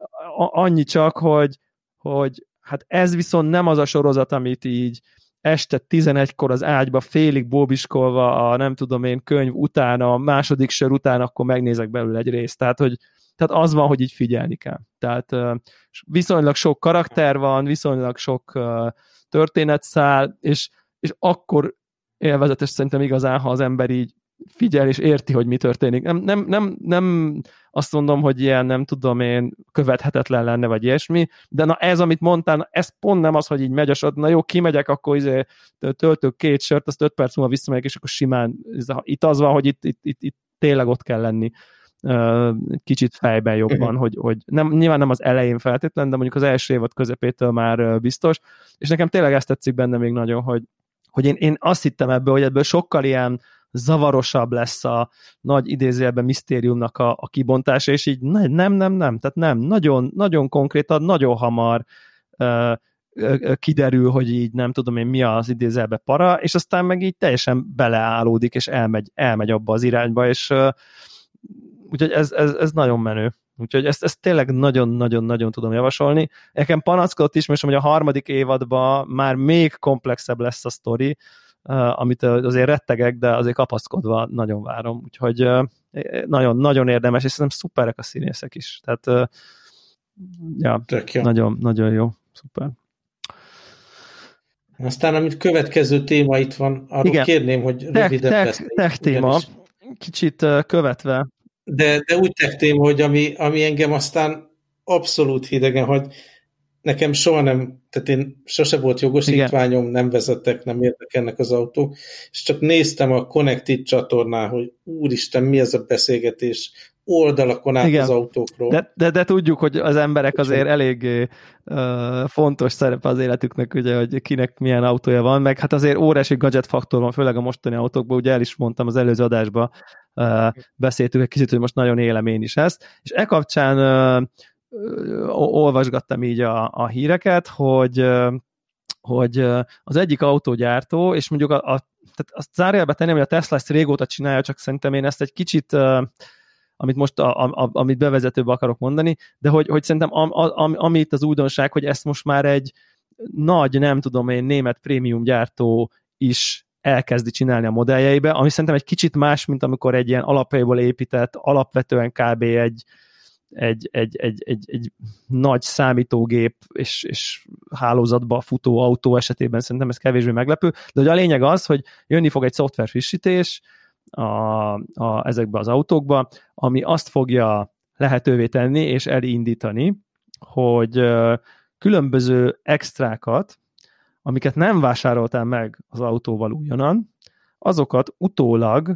annyi csak, hogy, hogy hát ez viszont nem az a sorozat, amit így este tizenegykor az ágyba félig bóbiskolva a nem tudom én könyv után, a második sör után, akkor megnézek belőle egy részt. Tehát, hogy, tehát az van, hogy így figyelni kell. Tehát viszonylag sok karakter van, viszonylag sok történetszál, és, és akkor élvezetes szerintem igazán, ha az ember így figyel és érti, hogy mi történik. Nem, nem, nem, nem azt mondom, hogy ilyen, nem tudom én, követhetetlen lenne, vagy ilyesmi, de na ez, amit mondtál, ez pont nem az, hogy így megy a sor, na jó, kimegyek, akkor izé, töltök két sört, azt öt perc múlva visszamegyek, és akkor simán, itt az van, hogy itt, itt, itt, itt tényleg ott kell lenni kicsit fejben jobban, hogy, hogy nem, nyilván nem az elején feltétlen, de mondjuk az első évad közepétől már biztos, és nekem tényleg ezt tetszik benne még nagyon, hogy, hogy én, én azt hittem ebből, hogy ebből sokkal ilyen zavarosabb lesz a nagy idézőjelben misztériumnak a, a kibontása, és így nem, nem, nem, nem, tehát nem, nagyon, nagyon konkrétan, nagyon hamar uh, kiderül, hogy így nem tudom én mi az idézőjelben para, és aztán meg így teljesen beleállódik, és elmegy, elmegy abba az irányba, és uh, úgyhogy ez, ez, ez nagyon menő. Úgyhogy ezt, ezt tényleg nagyon-nagyon-nagyon tudom javasolni. Nekem panaszkodott is, most hogy a harmadik évadban már még komplexebb lesz a sztori, Uh, amit azért rettegek, de azért kapaszkodva nagyon várom. Úgyhogy uh, nagyon, nagyon érdemes, és szerintem szuperek a színészek is. Tehát uh, ja, nagyon, nagyon jó. Szuper. Aztán, amit következő téma itt van, arról Igen. kérném, hogy röviden beszéljünk. Tech téma, kicsit uh, követve. De, de úgy tech téma, hogy ami, ami engem aztán abszolút hidegen hagy, nekem soha nem, tehát én sose volt jogosítványom, Igen. nem vezettek, nem érdekelnek az autók, és csak néztem a Connected csatornán, hogy úristen, mi ez a beszélgetés oldalakon át Igen. az autókról. De, de, de tudjuk, hogy az emberek azért elég uh, fontos szerepe az életüknek, ugye, hogy kinek milyen autója van, meg hát azért óriási gadget faktor van, főleg a mostani autókban, ugye el is mondtam az előző adásban, uh, beszéltük egy kicsit, hogy most nagyon élem én is ezt, és e kapcsán uh, olvasgattam így a, a híreket, hogy, hogy az egyik autógyártó, és mondjuk a, a, tehát azt zárójelbe tenném, hogy a Tesla ezt régóta csinálja, csak szerintem én ezt egy kicsit, amit most a, a, amit bevezetőbe akarok mondani, de hogy, hogy szerintem am, am, ami itt az újdonság, hogy ezt most már egy nagy, nem tudom én, német prémium gyártó is elkezdi csinálni a modelljeibe, ami szerintem egy kicsit más, mint amikor egy ilyen alapjaiból épített, alapvetően kb. egy Egy, egy, egy, egy, egy nagy számítógép és, és hálózatba futó autó esetében szerintem ez kevésbé meglepő, de hogy a lényeg az, hogy jönni fog egy szoftver frissítés a, a, ezekbe az autókba, ami azt fogja lehetővé tenni és elindítani, hogy különböző extrákat, amiket nem vásároltál meg az autóval újonnan, azokat utólag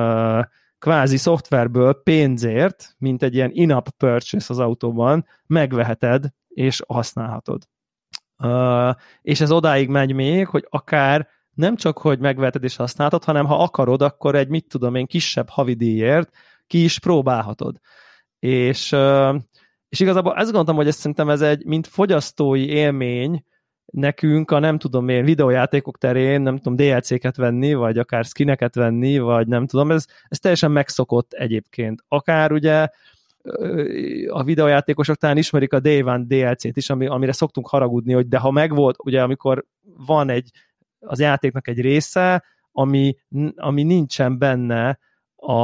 kvázi szoftverből pénzért, mint egy ilyen in-app purchase az autóban, megveheted és használhatod. Uh, és ez odáig megy még, hogy akár nem csak, hogy megveheted és használhatod, hanem ha akarod, akkor egy, mit tudom én, kisebb havidíjért ki is próbálhatod. És, uh, és igazából ezt gondoltam, hogy ezt szerintem ez egy, mint fogyasztói élmény, nekünk a nem tudom én videójátékok terén, nem tudom dé el cé-ket venni, vagy akár skineket venni, vagy nem tudom, ez, ez teljesen megszokott egyébként. Akár ugye a videójátékosok talán ismerik a Day One dé el cé-t is, ami, amire szoktunk haragudni, hogy de ha megvolt, ugye amikor van egy, az játéknak egy része, ami, ami nincsen benne a,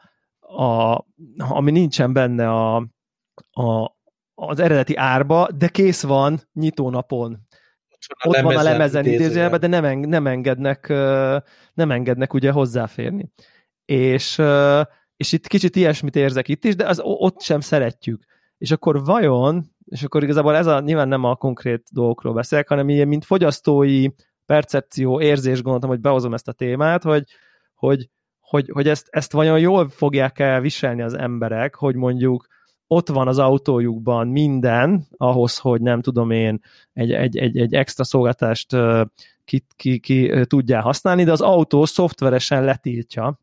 a ami nincsen benne a, a, az eredeti árba, de kész van nyitónapon. Ott van a lemezen idézőjelben, de nem, nem engednek nem engednek ugye hozzáférni. És, és itt kicsit ilyesmit érzek itt is, de az, ott sem szeretjük. És akkor vajon, és akkor igazából ez a, nyilván nem a konkrét dolgokról beszélek, hanem ilyen, mint fogyasztói percepció, érzés, gondoltam, hogy behozom ezt a témát, hogy, hogy, hogy, hogy ezt, ezt vajon jól fogják el viselni az emberek, hogy mondjuk ott van az autójukban minden, ahhoz, hogy nem tudom én, egy, egy, egy, egy extra szolgáltást ki, ki, ki tudjál használni, de az autó szoftveresen letiltja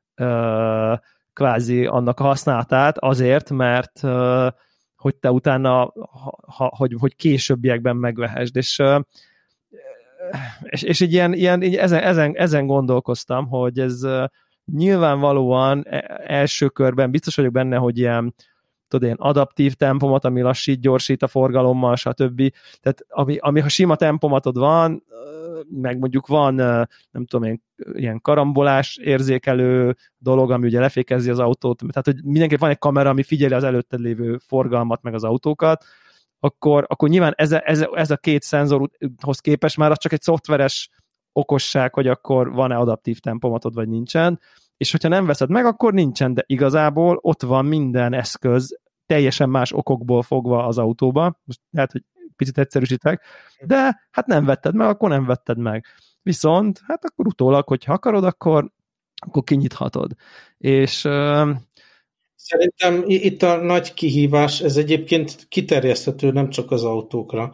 kvázi annak a használatát azért, mert hogy te utána, ha, hogy, hogy későbbiekben megvehesd, és, és, és így ilyen, ilyen így ezen, ezen, ezen gondolkoztam, hogy ez nyilvánvalóan első körben biztos vagyok benne, hogy ilyen tudod, ilyen adaptív tempomat, ami lassít, gyorsít a forgalommal, stb. Tehát ami, ami ha sima tempomatod van, meg mondjuk van, nem tudom én, ilyen karambolás érzékelő dolog, ami ugye lefékezi az autót, tehát hogy mindenképp van egy kamera, ami figyeli az előtted lévő forgalmat, meg az autókat, akkor, akkor nyilván ez a, ez, a, ez a két szenzorhoz képest már az csak egy szoftveres okosság, hogy akkor van-e adaptív tempomatod, vagy nincsen, és hogyha nem veszed meg, akkor nincsen, de igazából ott van minden eszköz, teljesen más okokból fogva az autóba, most lehet, hogy picit egyszerűsítek, de hát nem vetted meg, akkor nem vetted meg. Viszont, hát akkor utólag, hogyha akarod, akkor, akkor kinyithatod. És uh... szerintem itt a nagy kihívás, ez egyébként kiterjeszthető nem csak az autókra,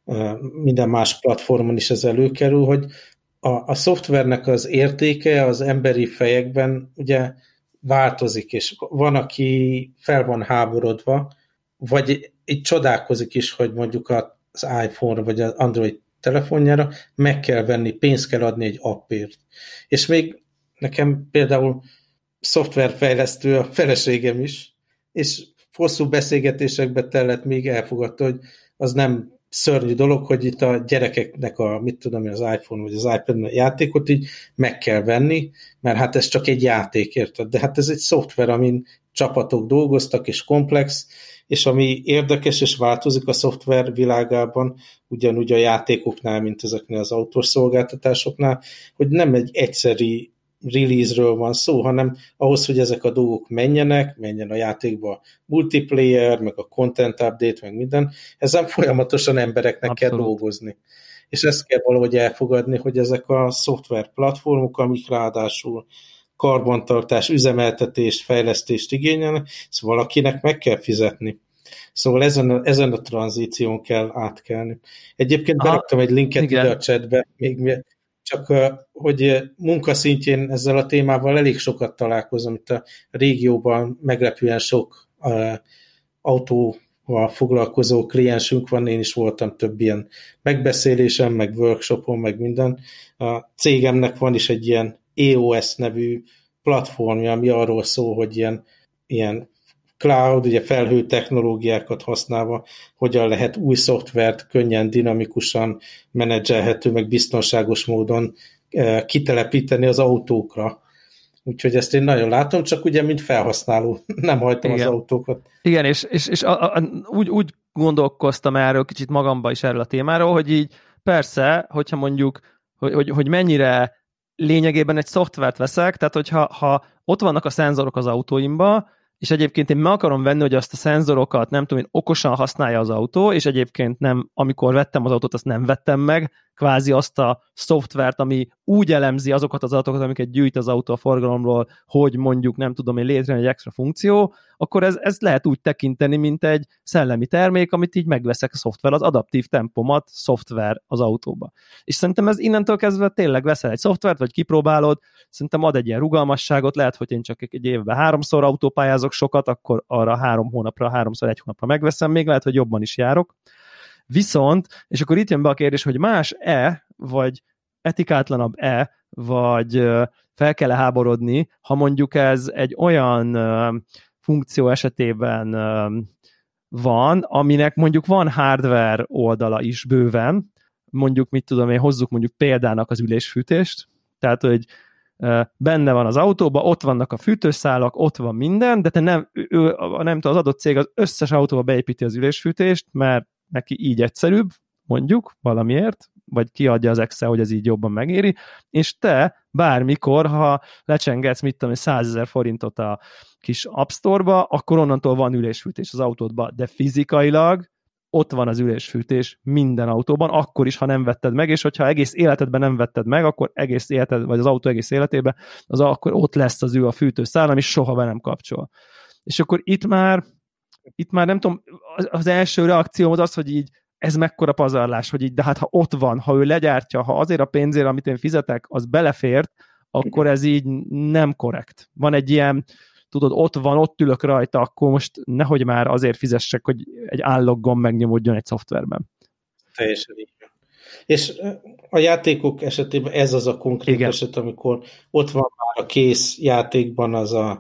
minden más platformon is ez előkerül, hogy a, a szoftvernek az értéke az emberi fejekben ugye változik, és van, aki fel van háborodva, vagy így csodálkozik is, hogy mondjuk az iPhone vagy az Android telefonjára meg kell venni, pénzt kell adni egy appért. És még nekem például szoftverfejlesztő a feleségem is, és hosszú beszélgetésekbe tellett, még elfogadta, hogy az nem szörnyű dolog, hogy itt a gyerekeknek a, mit tudom én, az iPhone vagy az iPad játékot így meg kell venni, mert hát ez csak egy játék, érted? De hát ez egy szoftver, amin csapatok dolgoztak, és komplex, és ami érdekes és változik a szoftver világában, ugyanúgy a játékoknál, mint ezeknél az autós szolgáltatásoknál, hogy nem egy egyszeri release-ről van szó, hanem ahhoz, hogy ezek a dolgok menjenek, menjen a játékba multiplayer, meg a content update, meg minden, ezen folyamatosan embereknek Abszolút. kell dolgozni. És ezt kell valahogy elfogadni, hogy ezek a szoftver platformok, amik ráadásul karbantartás, üzemeltetést, fejlesztést igényelnek, szóval valakinek meg kell fizetni. Szóval ezen a, ezen a tranzíción kell átkelni. Egyébként beraktam egy linket igen. ide a chatbe, még csak hogy munkaszintjén ezzel a témával elég sokat találkozom. Itt a régióban meglepően sok uh, autóval foglalkozó kliensünk van, én is voltam több ilyen megbeszélésem, meg workshopon, meg minden. A cégemnek van is egy ilyen E O S nevű platformja, ami arról szól, hogy ilyen, ilyen cloud, ugye felhő technológiákat használva, hogyan lehet új szoftvert könnyen, dinamikusan menedzselhető, meg biztonságos módon eh, kitelepíteni az autókra. Úgyhogy ezt én nagyon látom, csak ugye, mint felhasználó, nem hajtom Igen. az autókat. Igen, és, és, és a, a, úgy, úgy gondolkoztam erről kicsit magamba is erről a témáról, hogy így persze, hogyha mondjuk, hogy, hogy, hogy mennyire lényegében egy szoftvert veszek, tehát hogyha ha ott vannak a szenzorok az autóimba, és egyébként én meg akarom venni, hogy azt a szenzorokat, nem tudom én, okosan használja az autó, és egyébként nem, amikor vettem az autót, azt nem vettem meg, kvázi azt a szoftvert, ami úgy elemzi azokat az adatokat, amiket gyűjt az autó a forgalomról, hogy mondjuk, nem tudom én, létrejön egy extra funkció, akkor ez, ez lehet úgy tekinteni, mint egy szellemi termék, amit így megveszek a szoftver, az adaptív tempomat szoftver az autóba. És szerintem ez innentől kezdve tényleg veszel egy szoftvert, vagy kipróbálod, szerintem ad egy ilyen rugalmasságot, lehet, hogy én csak egy évben háromszor autópályázok sokat, akkor arra három hónapra, háromszor egy hónapra megveszem, még lehet, hogy jobban is járok. Viszont, és akkor itt jön be a kérdés, hogy más-e, vagy etikátlanabb-e, vagy fel kell-e háborodni, ha mondjuk ez egy olyan funkció esetében van, aminek mondjuk van hardware oldala is bőven, mondjuk, mit tudom én, hozzuk mondjuk példának az ülésfűtést, tehát, hogy benne van az autóban, ott vannak a fűtőszálak, ott van minden, de te nem, ő, nem tudom, az adott cég az összes autóba beépíti az ülésfűtést, mert neki így egyszerűbb, mondjuk, valamiért, vagy kiadja az Excel, hogy ez így jobban megéri, és te bármikor, ha lecsengetsz, mit tudom, százezer forintot a kis App Store-ba, akkor onnantól van ülésfűtés az autódba, de fizikailag ott van az ülésfűtés minden autóban, akkor is, ha nem vetted meg, és hogyha egész életedben nem vetted meg, akkor egész életed, vagy az autó egész életében, az akkor ott lesz az ő a fűtőszál, ami soha be nem kapcsol. És akkor itt már, itt már nem tudom, az első reakcióm az az, hogy így ez mekkora pazarlás, hogy így, de hát ha ott van, ha ő legyártja, ha azért a pénzért, amit én fizetek, az belefért, akkor ez így nem korrekt. Van egy ilyen, tudod, ott van, ott ülök rajta, akkor most nehogy már azért fizessek, hogy egy álloggon megnyomódjon egy szoftverben. Teljesen így. És a játékok esetében ez az a konkrét Igen. eset, amikor ott van már a kész játékban az a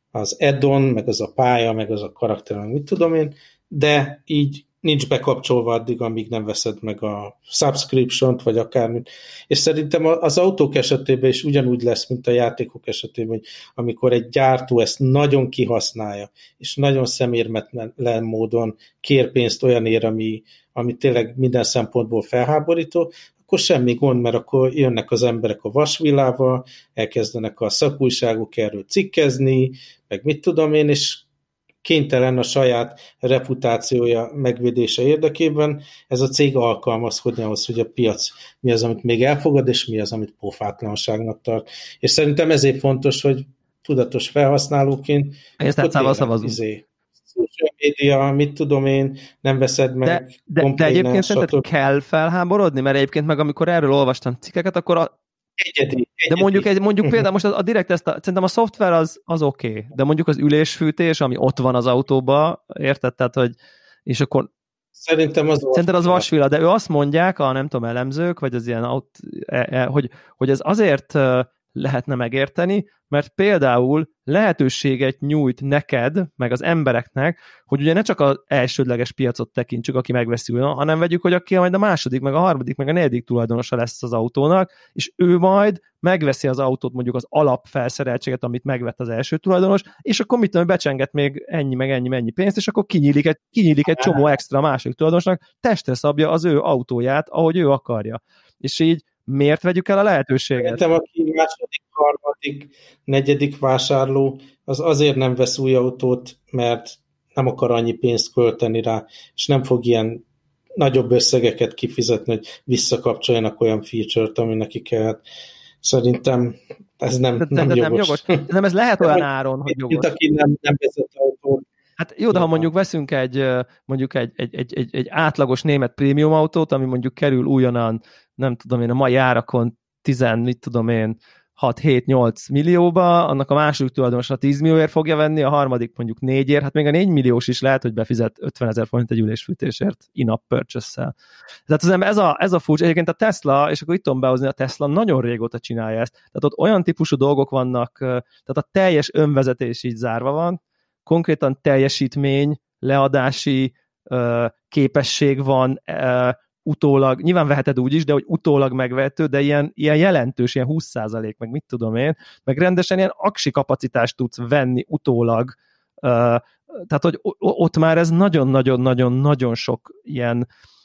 az add-on, meg az a pálya, meg az a karakter, meg mit tudom én, de így nincs bekapcsolva addig, amíg nem veszed meg a subscription-t, vagy akármit. És szerintem az autók esetében is ugyanúgy lesz, mint a játékok esetében, hogy amikor egy gyártó ezt nagyon kihasználja, és nagyon szemérmetlen módon kér pénzt olyanért, ami, ami tényleg minden szempontból felháborító, akkor semmi gond, mert akkor jönnek az emberek a vasvillával, elkezdenek a szakújságok erről cikkezni, meg mit tudom én, és kénytelen a saját reputációja megvédése érdekében ez a cég alkalmazkodni ahhoz, hogy a piac mi az, amit még elfogad, és mi az, amit pofátlanságnak tart. És szerintem ezért fontos, hogy tudatos felhasználóként ezt nem szavazunk. Izé, social media, mit tudom én, nem veszed meg. De, de, de egyébként szerinted kell felháborodni? Mert egyébként meg amikor erről olvastam cikkeket, akkor a Egyedi, egyedi. De mondjuk, egy, mondjuk például most a, a direkt ezt a, szerintem a szoftver az, az oké, okay, de mondjuk az ülésfűtés, ami ott van az autóba, érted? Tehát, hogy és akkor szerintem az Szerinted az vasvilla, de ő azt mondják, a nem tudom, elemzők, vagy az ilyen, aut, e, e, hogy, hogy ez azért lehetne megérteni, mert például lehetőséget nyújt neked, meg az embereknek, hogy ugye ne csak az elsődleges piacot tekintsük, aki megveszi, hanem vegyük, hogy aki majd a második, meg a harmadik, meg a negyedik tulajdonosa lesz az autónak, és ő majd megveszi az autót, mondjuk az alapfelszereltséget, amit megvett az első tulajdonos, és akkor mit tudom, becsenget még ennyi, meg ennyi, mennyi pénzt, és akkor kinyílik egy, kinyílik egy csomó extra a második tulajdonosnak, testre szabja az ő autóját, ahogy ő akarja. És így miért vegyük el a lehetőséget? Szerintem aki második, harmadik, negyedik vásárló, az azért nem vesz új autót, mert nem akar annyi pénzt költeni rá, és nem fog ilyen nagyobb összegeket kifizetni, hogy visszakapcsoljanak olyan feature-t, ami neki kell. Szerintem ez nem, de, nem, de, de jogos. nem jogos. Nem, ez lehet olyan áron, hogy jogos. Mint aki nem, nem vezet autót. Hát jó, de ha mondjuk veszünk egy, mondjuk egy, egy, egy, egy, egy átlagos német prémium autót, ami mondjuk kerül újonnan, nem tudom én, a mai árakon tíz, mit tudom én, hat-hét-nyolc millióba, annak a második tulajdonosra tíz millióért fogja venni, a harmadik mondjuk négyért, hát még a négy milliós is lehet, hogy befizet ötvenezer forint egy ülésfűtésért in-app purchase-szel. Tehát az ez a, ez a furcsa. Egyébként a Tesla, és akkor itt tudom behozni, a Tesla nagyon régóta csinálja ezt. Tehát ott olyan típusú dolgok vannak, tehát a teljes önvezetés így zárva van, konkrétan teljesítmény, leadási ö, képesség van, ö, utólag, nyilván veheted úgy is, de hogy utólag megvehető, de ilyen, ilyen jelentős, ilyen húsz százalék, meg mit tudom én, meg rendesen ilyen aksi kapacitást tudsz venni utólag, ö, tehát hogy ott már ez nagyon-nagyon-nagyon-nagyon sok ilyen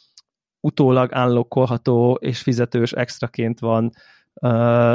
utólag unlockolható és fizetős extraként van, Uh,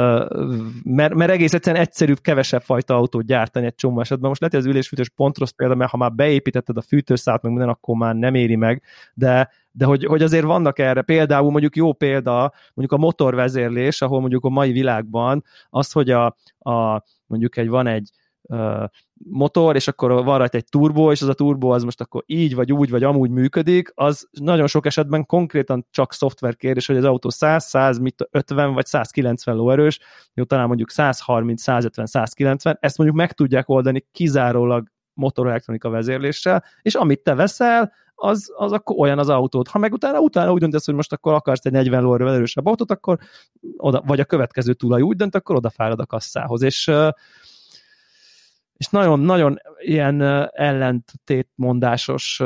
mert, mert egész egyszerűen egyszerűbb, kevesebb fajta autót gyártani egy csomó esetben. Most lehet, hogy az ülésfűtés pont rossz példa, mert ha már beépítetted a fűtőszálat, meg minden, akkor már nem éri meg, de, de hogy, hogy azért vannak erre. Például mondjuk jó példa, mondjuk a motorvezérlés, ahol mondjuk a mai világban az, hogy a, a mondjuk egy van egy uh, motor, és akkor van rajta egy turbó, és az a turbó az most akkor így, vagy úgy, vagy amúgy működik, az nagyon sok esetben konkrétan csak szoftver kérdés, hogy az autó száz, száz, ötven vagy száz kilencven lóerős, jó, talán mondjuk száz harminc, száz ötven, száz kilencven, ezt mondjuk meg tudják oldani kizárólag motorelektronika vezérléssel, és amit te veszel, az, az akkor olyan az autót. Ha meg utána, utána úgy döntesz, hogy most akkor akarsz egy negyven lóerővel erősebb autót, akkor oda, vagy a következő tulaj úgy dönt, akkor odafárad a kasszához, és és nagyon-nagyon ilyen ellentétmondásos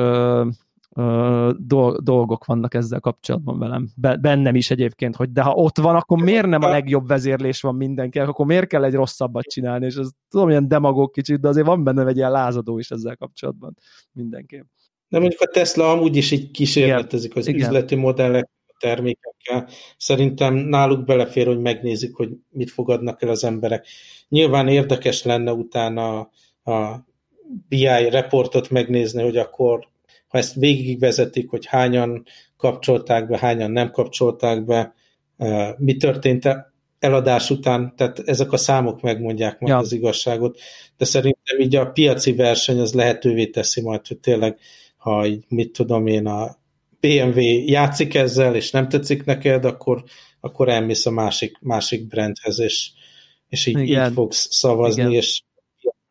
dolgok vannak ezzel kapcsolatban velem. Bennem is egyébként, hogy de ha ott van, akkor miért nem a legjobb vezérlés van mindenkinek, akkor miért kell egy rosszabbat csinálni, és ez tudom, ilyen demagóg kicsit, de azért van benne egy ilyen lázadó is ezzel kapcsolatban mindenképp. De mondjuk a Tesla amúgy is így kísérletezik az Igen. üzleti modellek, termékekkel. Szerintem náluk belefér, hogy megnézik, hogy mit fogadnak el az emberek. Nyilván érdekes lenne utána a bé i reportot megnézni, hogy akkor, ha ezt végigvezetik, hogy hányan kapcsolták be, hányan nem kapcsolták be, mi történt eladás után, tehát ezek a számok megmondják majd ja. az igazságot, de szerintem így a piaci verseny az lehetővé teszi majd, hogy tényleg, ha így mit tudom én, a bé em vé játszik ezzel, és nem tetszik neked, akkor, akkor elmész a másik, másik brandhez, és, és így, így fogsz szavazni, Igen. és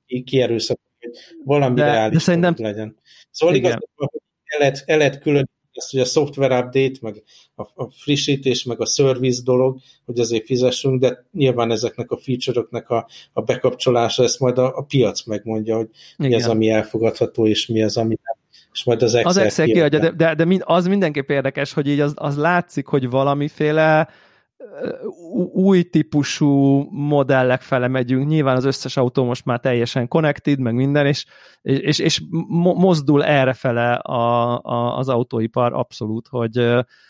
kierőszak, hogy valami de, reális de szerintem... legyen. Szóval igazán, hogy el lehet, el lehet külön ezt, hogy a software update, meg a, a frissítés, meg a service dolog, hogy azért fizessünk, de nyilván ezeknek a feature-öknek a, a bekapcsolása, ezt majd a, a piac megmondja, hogy igen. mi az, ami elfogadható, és mi az, ami nem. És majd az Excel, az Excel kiadja, de, de, de mind, az mindenképp érdekes, hogy így az, az látszik, hogy valamiféle új típusú modellek fele megyünk. Nyilván az összes autó most már teljesen connected, meg minden, és, és, és mozdul errefele a, a, az autóipar abszolút, hogy,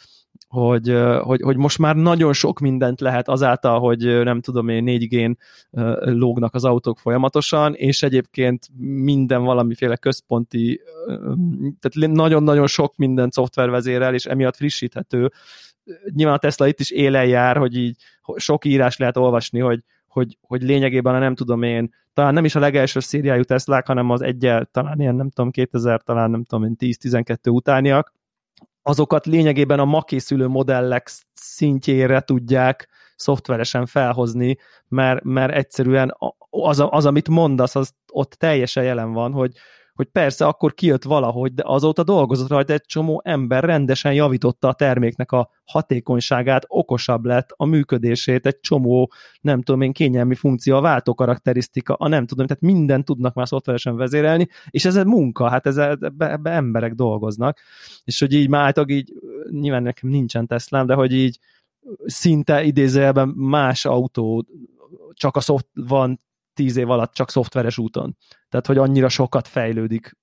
hogy, hogy, hogy most már nagyon sok mindent lehet azáltal, hogy nem tudom én, négy gén lógnak az autók folyamatosan, és egyébként minden valamiféle központi, tehát nagyon-nagyon sok minden szoftvervezérel, és emiatt frissíthető. Nyilván a Tesla itt is élen jár, hogy így sok írás lehet olvasni, hogy, hogy, hogy lényegében, nem tudom én, talán nem is a legelső szériájú Teslák, hanem az egyel, talán ilyen nem tudom, kétezer, talán nem tudom én, tíz-tizenkettő utániak, azokat lényegében a ma készülő modellek szintjére tudják szoftveresen felhozni, mert, mert egyszerűen az, az, amit mondasz, az ott teljesen jelen van, hogy hogy persze akkor kijött valahogy, de azóta dolgozott rajta egy csomó ember, rendesen javította a terméknek a hatékonyságát, okosabb lett a működését, egy csomó, nem tudom én, kényelmi funkció, a váltókarakterisztika, a nem tudom, tehát mindent tudnak már szoftveresen vezérelni, és ez egy munka, hát ez, ebbe, ebbe emberek dolgoznak, és hogy így már általában így, nyilván nekem nincsen Teslám, de hogy így szinte idézőjelben más autó, csak a szoft van tíz év alatt csak szoftveres úton. Tehát, hogy annyira sokat fejlődik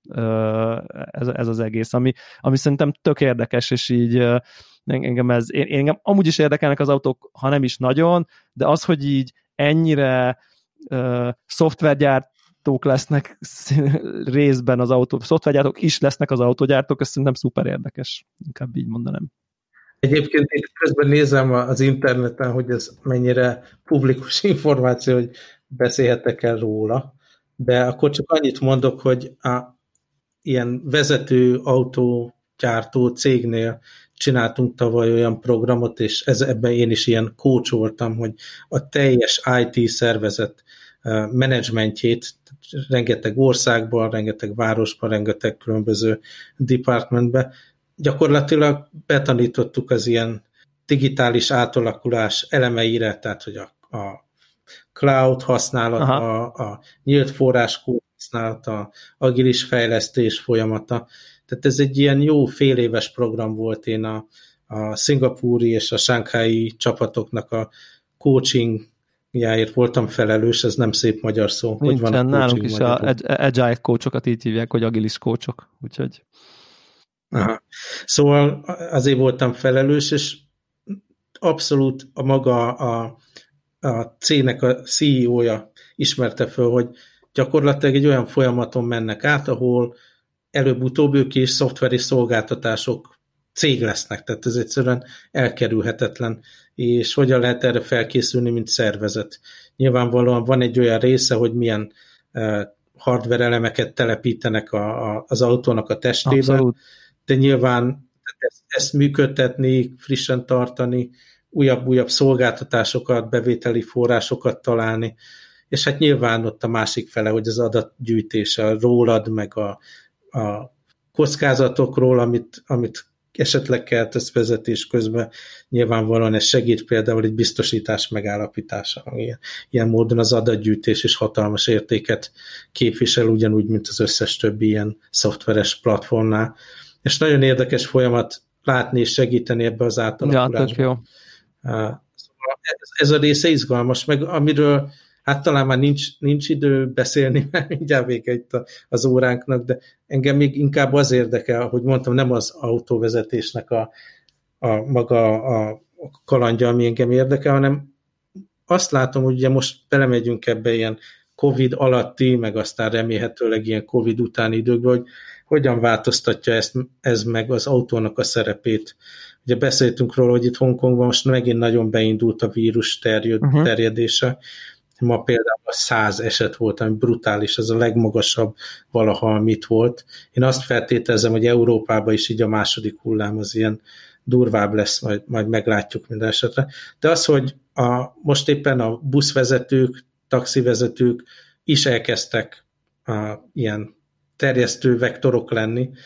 ez, ez az egész, ami, ami szerintem tök érdekes, és így engem ez, én, engem amúgy is érdekelnek az autók, ha nem is nagyon, de az, hogy így ennyire uh, szoftvergyártók lesznek részben az autó, szoftvergyártók is lesznek az autógyártók, ez szerintem szuper érdekes, inkább így mondanám. Egyébként én közben nézem az interneten, hogy ez mennyire publikus információ, hogy beszélhetek el róla, de akkor csak annyit mondok, hogy a ilyen vezető autógyártó cégnél csináltunk tavaly olyan programot, és ez, ebben én is ilyen coach voltam, hogy a teljes i té szervezet menedzsmentjét, rengeteg országban, rengeteg városban, rengeteg különböző departmentben, gyakorlatilag betanítottuk az ilyen digitális átalakulás elemeire, tehát hogy a, a cloud használata, a, a nyílt forráskód használata, agilis fejlesztés folyamata. Tehát ez egy ilyen jó fél éves program volt, én a, a szingapúri és a sánghái csapatoknak a coachingjáért voltam felelős, ez nem szép magyar szó. Nincsen, hogy van a nálunk is magyarul. a agile coachokat így hívják, hogy agilis coachok, úgyhogy... Aha. Szóval azért voltam felelős, és abszolút a maga a, a cégnek a cé í ó-ja ismerte föl, hogy gyakorlatilag egy olyan folyamaton mennek át, ahol előbb-utóbb ők is szoftveri szolgáltatások cég lesznek, tehát ez egyszerűen elkerülhetetlen, és hogyan lehet erre felkészülni, mint szervezet. Nyilvánvalóan van egy olyan része, hogy milyen uh, hardware elemeket telepítenek a, a, az autónak a testébe, abszolút. De nyilván ezt, ezt működtetni, frissen tartani, újabb-újabb szolgáltatásokat, bevételi forrásokat találni, és hát nyilván ott a másik fele, hogy az adatgyűjtése rólad, meg a, a kockázatokról, amit, amit esetleg keltesz vezetés közben, nyilvánvalóan ez segít például egy biztosítás megállapítása. Ilyen, ilyen módon az adatgyűjtés is hatalmas értéket képvisel, ugyanúgy, mint az összes többi ilyen szoftveres platformnál. És nagyon érdekes folyamat látni és segíteni ebbe az átalakulásba. Ja, tök jó. Szóval ez, ez a része izgalmas, meg amiről hát talán már nincs, nincs idő beszélni, mert mindjárt vége itt az óránknak, de engem még inkább az érdekel, hogy mondtam, nem az autóvezetésnek a, a maga a kalandja, ami engem érdekel, hanem azt látom, hogy ugye most belemegyünk ebbe ilyen Covid alatti, meg aztán remélhetőleg ilyen Covid utáni időkbe, hogy hogyan változtatja ezt, ez meg az autónak a szerepét. Ugye beszéltünk róla, hogy itt Hongkongban most megint nagyon beindult a vírus terjed, uh-huh. terjedése. Ma például száz eset volt, ami brutális, ez a legmagasabb valaha, amit volt. Én azt feltételezem, hogy Európában is így a második hullám az ilyen durvább lesz, majd, majd meglátjuk minden esetre. De az, hogy a, most éppen a buszvezetők, taxivezetők is elkezdtek a, ilyen terjesztő vektorok lenni,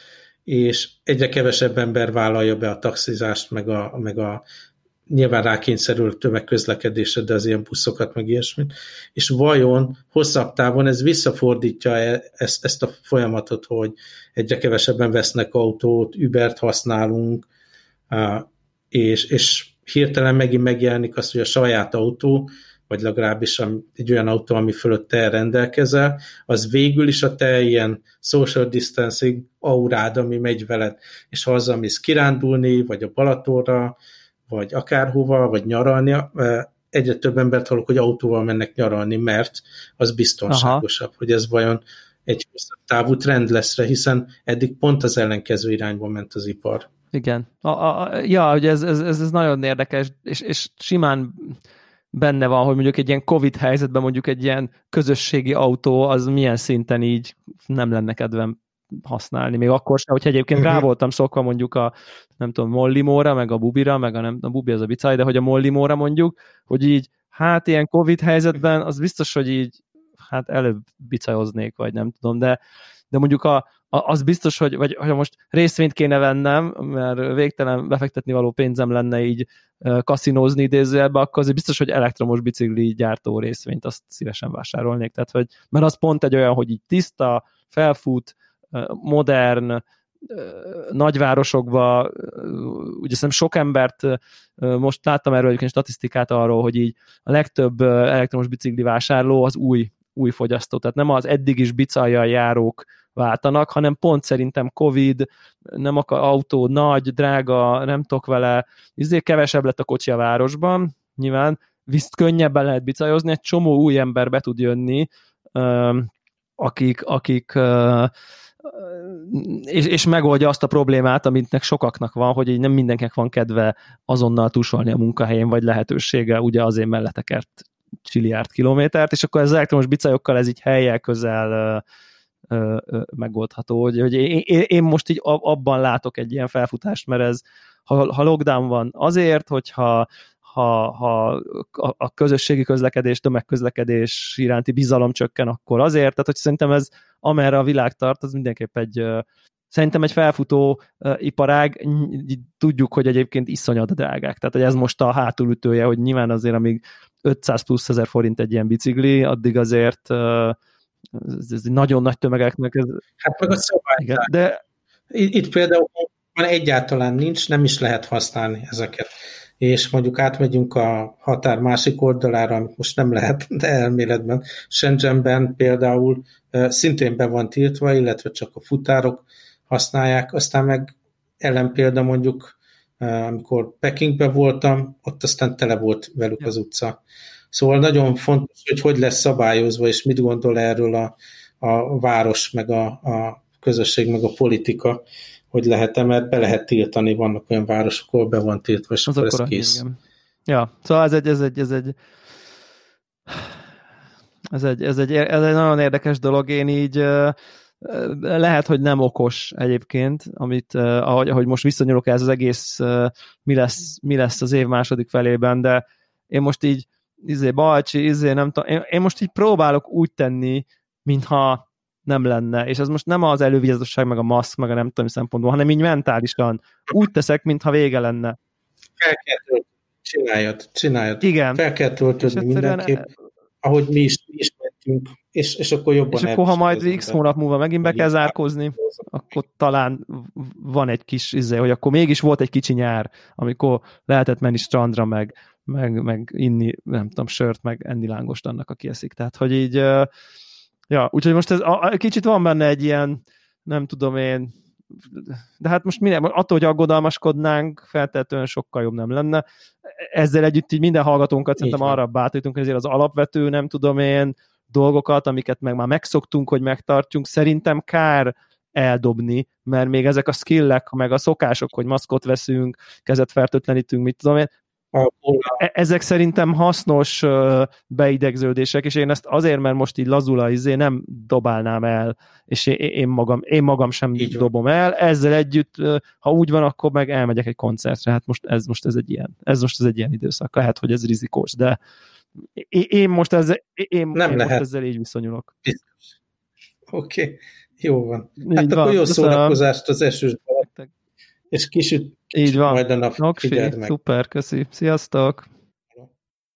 és egyre kevesebb ember vállalja be a taxizást, meg a, meg a nyilván rákényszerül tömegközlekedésre, de az ilyen buszokat, meg ilyesmit. És vajon hosszabb távon ez visszafordítja ezt, ezt a folyamatot, hogy egyre kevesebben vesznek autót, Ubert használunk, és, és hirtelen megint megjelenik az, hogy a saját autó, vagy legalábbis egy olyan autó, ami fölött te rendelkezel, az végül is a te ilyen social distancing aurád, ami megy veled. És ha hazamész kirándulni, vagy a Balatonra, vagy akárhova, vagy nyaralni, egyre több embert hallok, hogy autóval mennek nyaralni, mert az biztonságosabb, aha, hogy ez vajon egy hosszabb távú trend lesz, hiszen eddig pont az ellenkező irányba ment az ipar. Igen. A, a, ja, ugye ez, ez, ez nagyon érdekes, és, és simán benne van, hogy mondjuk egy ilyen Covid helyzetben mondjuk egy ilyen közösségi autó, az milyen szinten így nem lenne kedvem használni, még akkor sem, hogyha egyébként uh-huh. rá voltam szokva mondjuk a, nem tudom, Mollimóra, meg a Bubira, meg a, nem, a Bubi az a bicaj, de hogy a Mollimóra mondjuk, hogy így, hát ilyen Covid helyzetben, az biztos, hogy így, hát előbb bicajoznék, vagy nem tudom, de, de mondjuk a, a, az biztos, hogy, vagy ha most részvényt kéne vennem, mert végtelen befektetni való pénzem lenne így uh, kaszinózni idézőjelbe, akkor azért biztos, hogy elektromos bicikli gyártó részvényt azt szívesen vásárolnék, tehát, hogy, mert az pont egy olyan, hogy így tiszta, felfut, modern, nagyvárosokban, ugye szerintem sok embert, most láttam erről egyébként statisztikát arról, hogy így a legtöbb elektromos bicikli vásárló az új, új fogyasztó, tehát nem az eddig is bicajjal járók váltanak, hanem pont szerintem Covid, nem akar autó, nagy, drága, nem tudok vele, ezért kevesebb lett a kocsi a városban, nyilván, visz könnyebben lehet bicajozni, egy csomó új ember be tud jönni, akik, akik és, és megoldja azt a problémát, aminek sokaknak van, hogy így nem mindenkinek van kedve azonnal tusolni a munkahelyén, vagy lehetősége, ugye azért mellettekert csiliárd kilométert, és akkor az elektromos bicajokkal ez így helyjel közel ö, ö, ö, megoldható. Hogy, hogy én, én most így abban látok egy ilyen felfutást, mert ez, ha, ha lockdown van azért, hogyha ha, ha a közösségi közlekedés, tömegközlekedés iránti bizalom csökken, akkor azért, tehát hogy szerintem ez, amerre a világ tart, az mindenképp egy, szerintem egy felfutó iparág, tudjuk, hogy egyébként iszonyat drágák, tehát hogy ez most a hátulütője, hogy nyilván azért, amíg ötszáz plusz ezer forint egy ilyen bicikli, addig azért ez, ez nagyon nagy tömegeknek ez... Hát meg a szabályzás. De... Itt például van egyáltalán nincs, nem is lehet használni ezeket. És mondjuk átmegyünk a határ másik oldalára, amit most nem lehet, de elméletben. Shenzhenben például szintén be van tiltva, illetve csak a futárok használják, aztán meg ellenpélda mondjuk, amikor Pekingben voltam, ott aztán tele volt velük az utca. Szóval nagyon fontos, hogy hogy lesz szabályozva, és mit gondol erről a, a város, meg a, a közösség, meg a politika, hogy lehet-e, mert be lehet tiltani, vannak olyan városok, ahol be van tiltva, és az akkor ez kész. Igen. Ja, szóval ez egy, ez egy, ez egy, ez egy, ez egy, ez egy nagyon érdekes dolog, én így lehet, hogy nem okos egyébként, amit, ahogy, ahogy most viszonyulok ez az egész, mi lesz, mi lesz az év második felében, de én most így, izé, Balcsi, izé, nem tudom, én, én most így próbálok úgy tenni, mintha nem lenne, és ez most nem az elővigyázatosság, meg a maszk, meg a nem tudom szempontból, hanem így mentálisan. Úgy teszek, mintha vége lenne. Fel kell tölteni, csináljad, csináljad. Igen. Fel kell tölteni mindenképp, ahogy mi is, mi is mentünk, és, és akkor jobban. És akkor, ha majd x hónap múlva megint be kell zárkózni, akkor talán van egy kis izé, hogy akkor mégis volt egy kicsi nyár, amikor lehetett menni strandra, meg, meg, meg inni, nem tudom, sört, meg enni lángost annak, aki eszik. Tehát, hogy így ja, úgyhogy most ez a, a, kicsit van benne egy ilyen, nem tudom én, de hát most minden, attól, hogy aggodalmaskodnánk, feltétlenül sokkal jobb nem lenne. Ezzel együtt így minden hallgatónkat szerintem arra bátorítunk, hogy azért az alapvető, nem tudom én, dolgokat, amiket meg már megszoktunk, hogy megtartjunk, szerintem kár eldobni, mert még ezek a skillek, meg a szokások, hogy maszkot veszünk, kezet fertőtlenítünk, mit tudom én, ezek szerintem hasznos beidegződések, és én ezt azért, mert most így lazul izé nem dobálnám el, és én magam, én magam sem így dobom van. el. Ezzel együtt, ha úgy van, akkor meg elmegyek egy koncertre. Hát most ez most ez egy ilyen, ez most ez egy ilyen időszak. Lehet, hogy ez rizikós, de én most ezzel, én, nem én lehet. most ezzel így viszonyulok. Oké. Okay. Jó van. Hát Így akkor van. jó Köszönöm. szórakozást az esősben, és kisüt Így van. majd a nap. Nokfi, Figyeld meg. szuper, köszi. Sziasztok!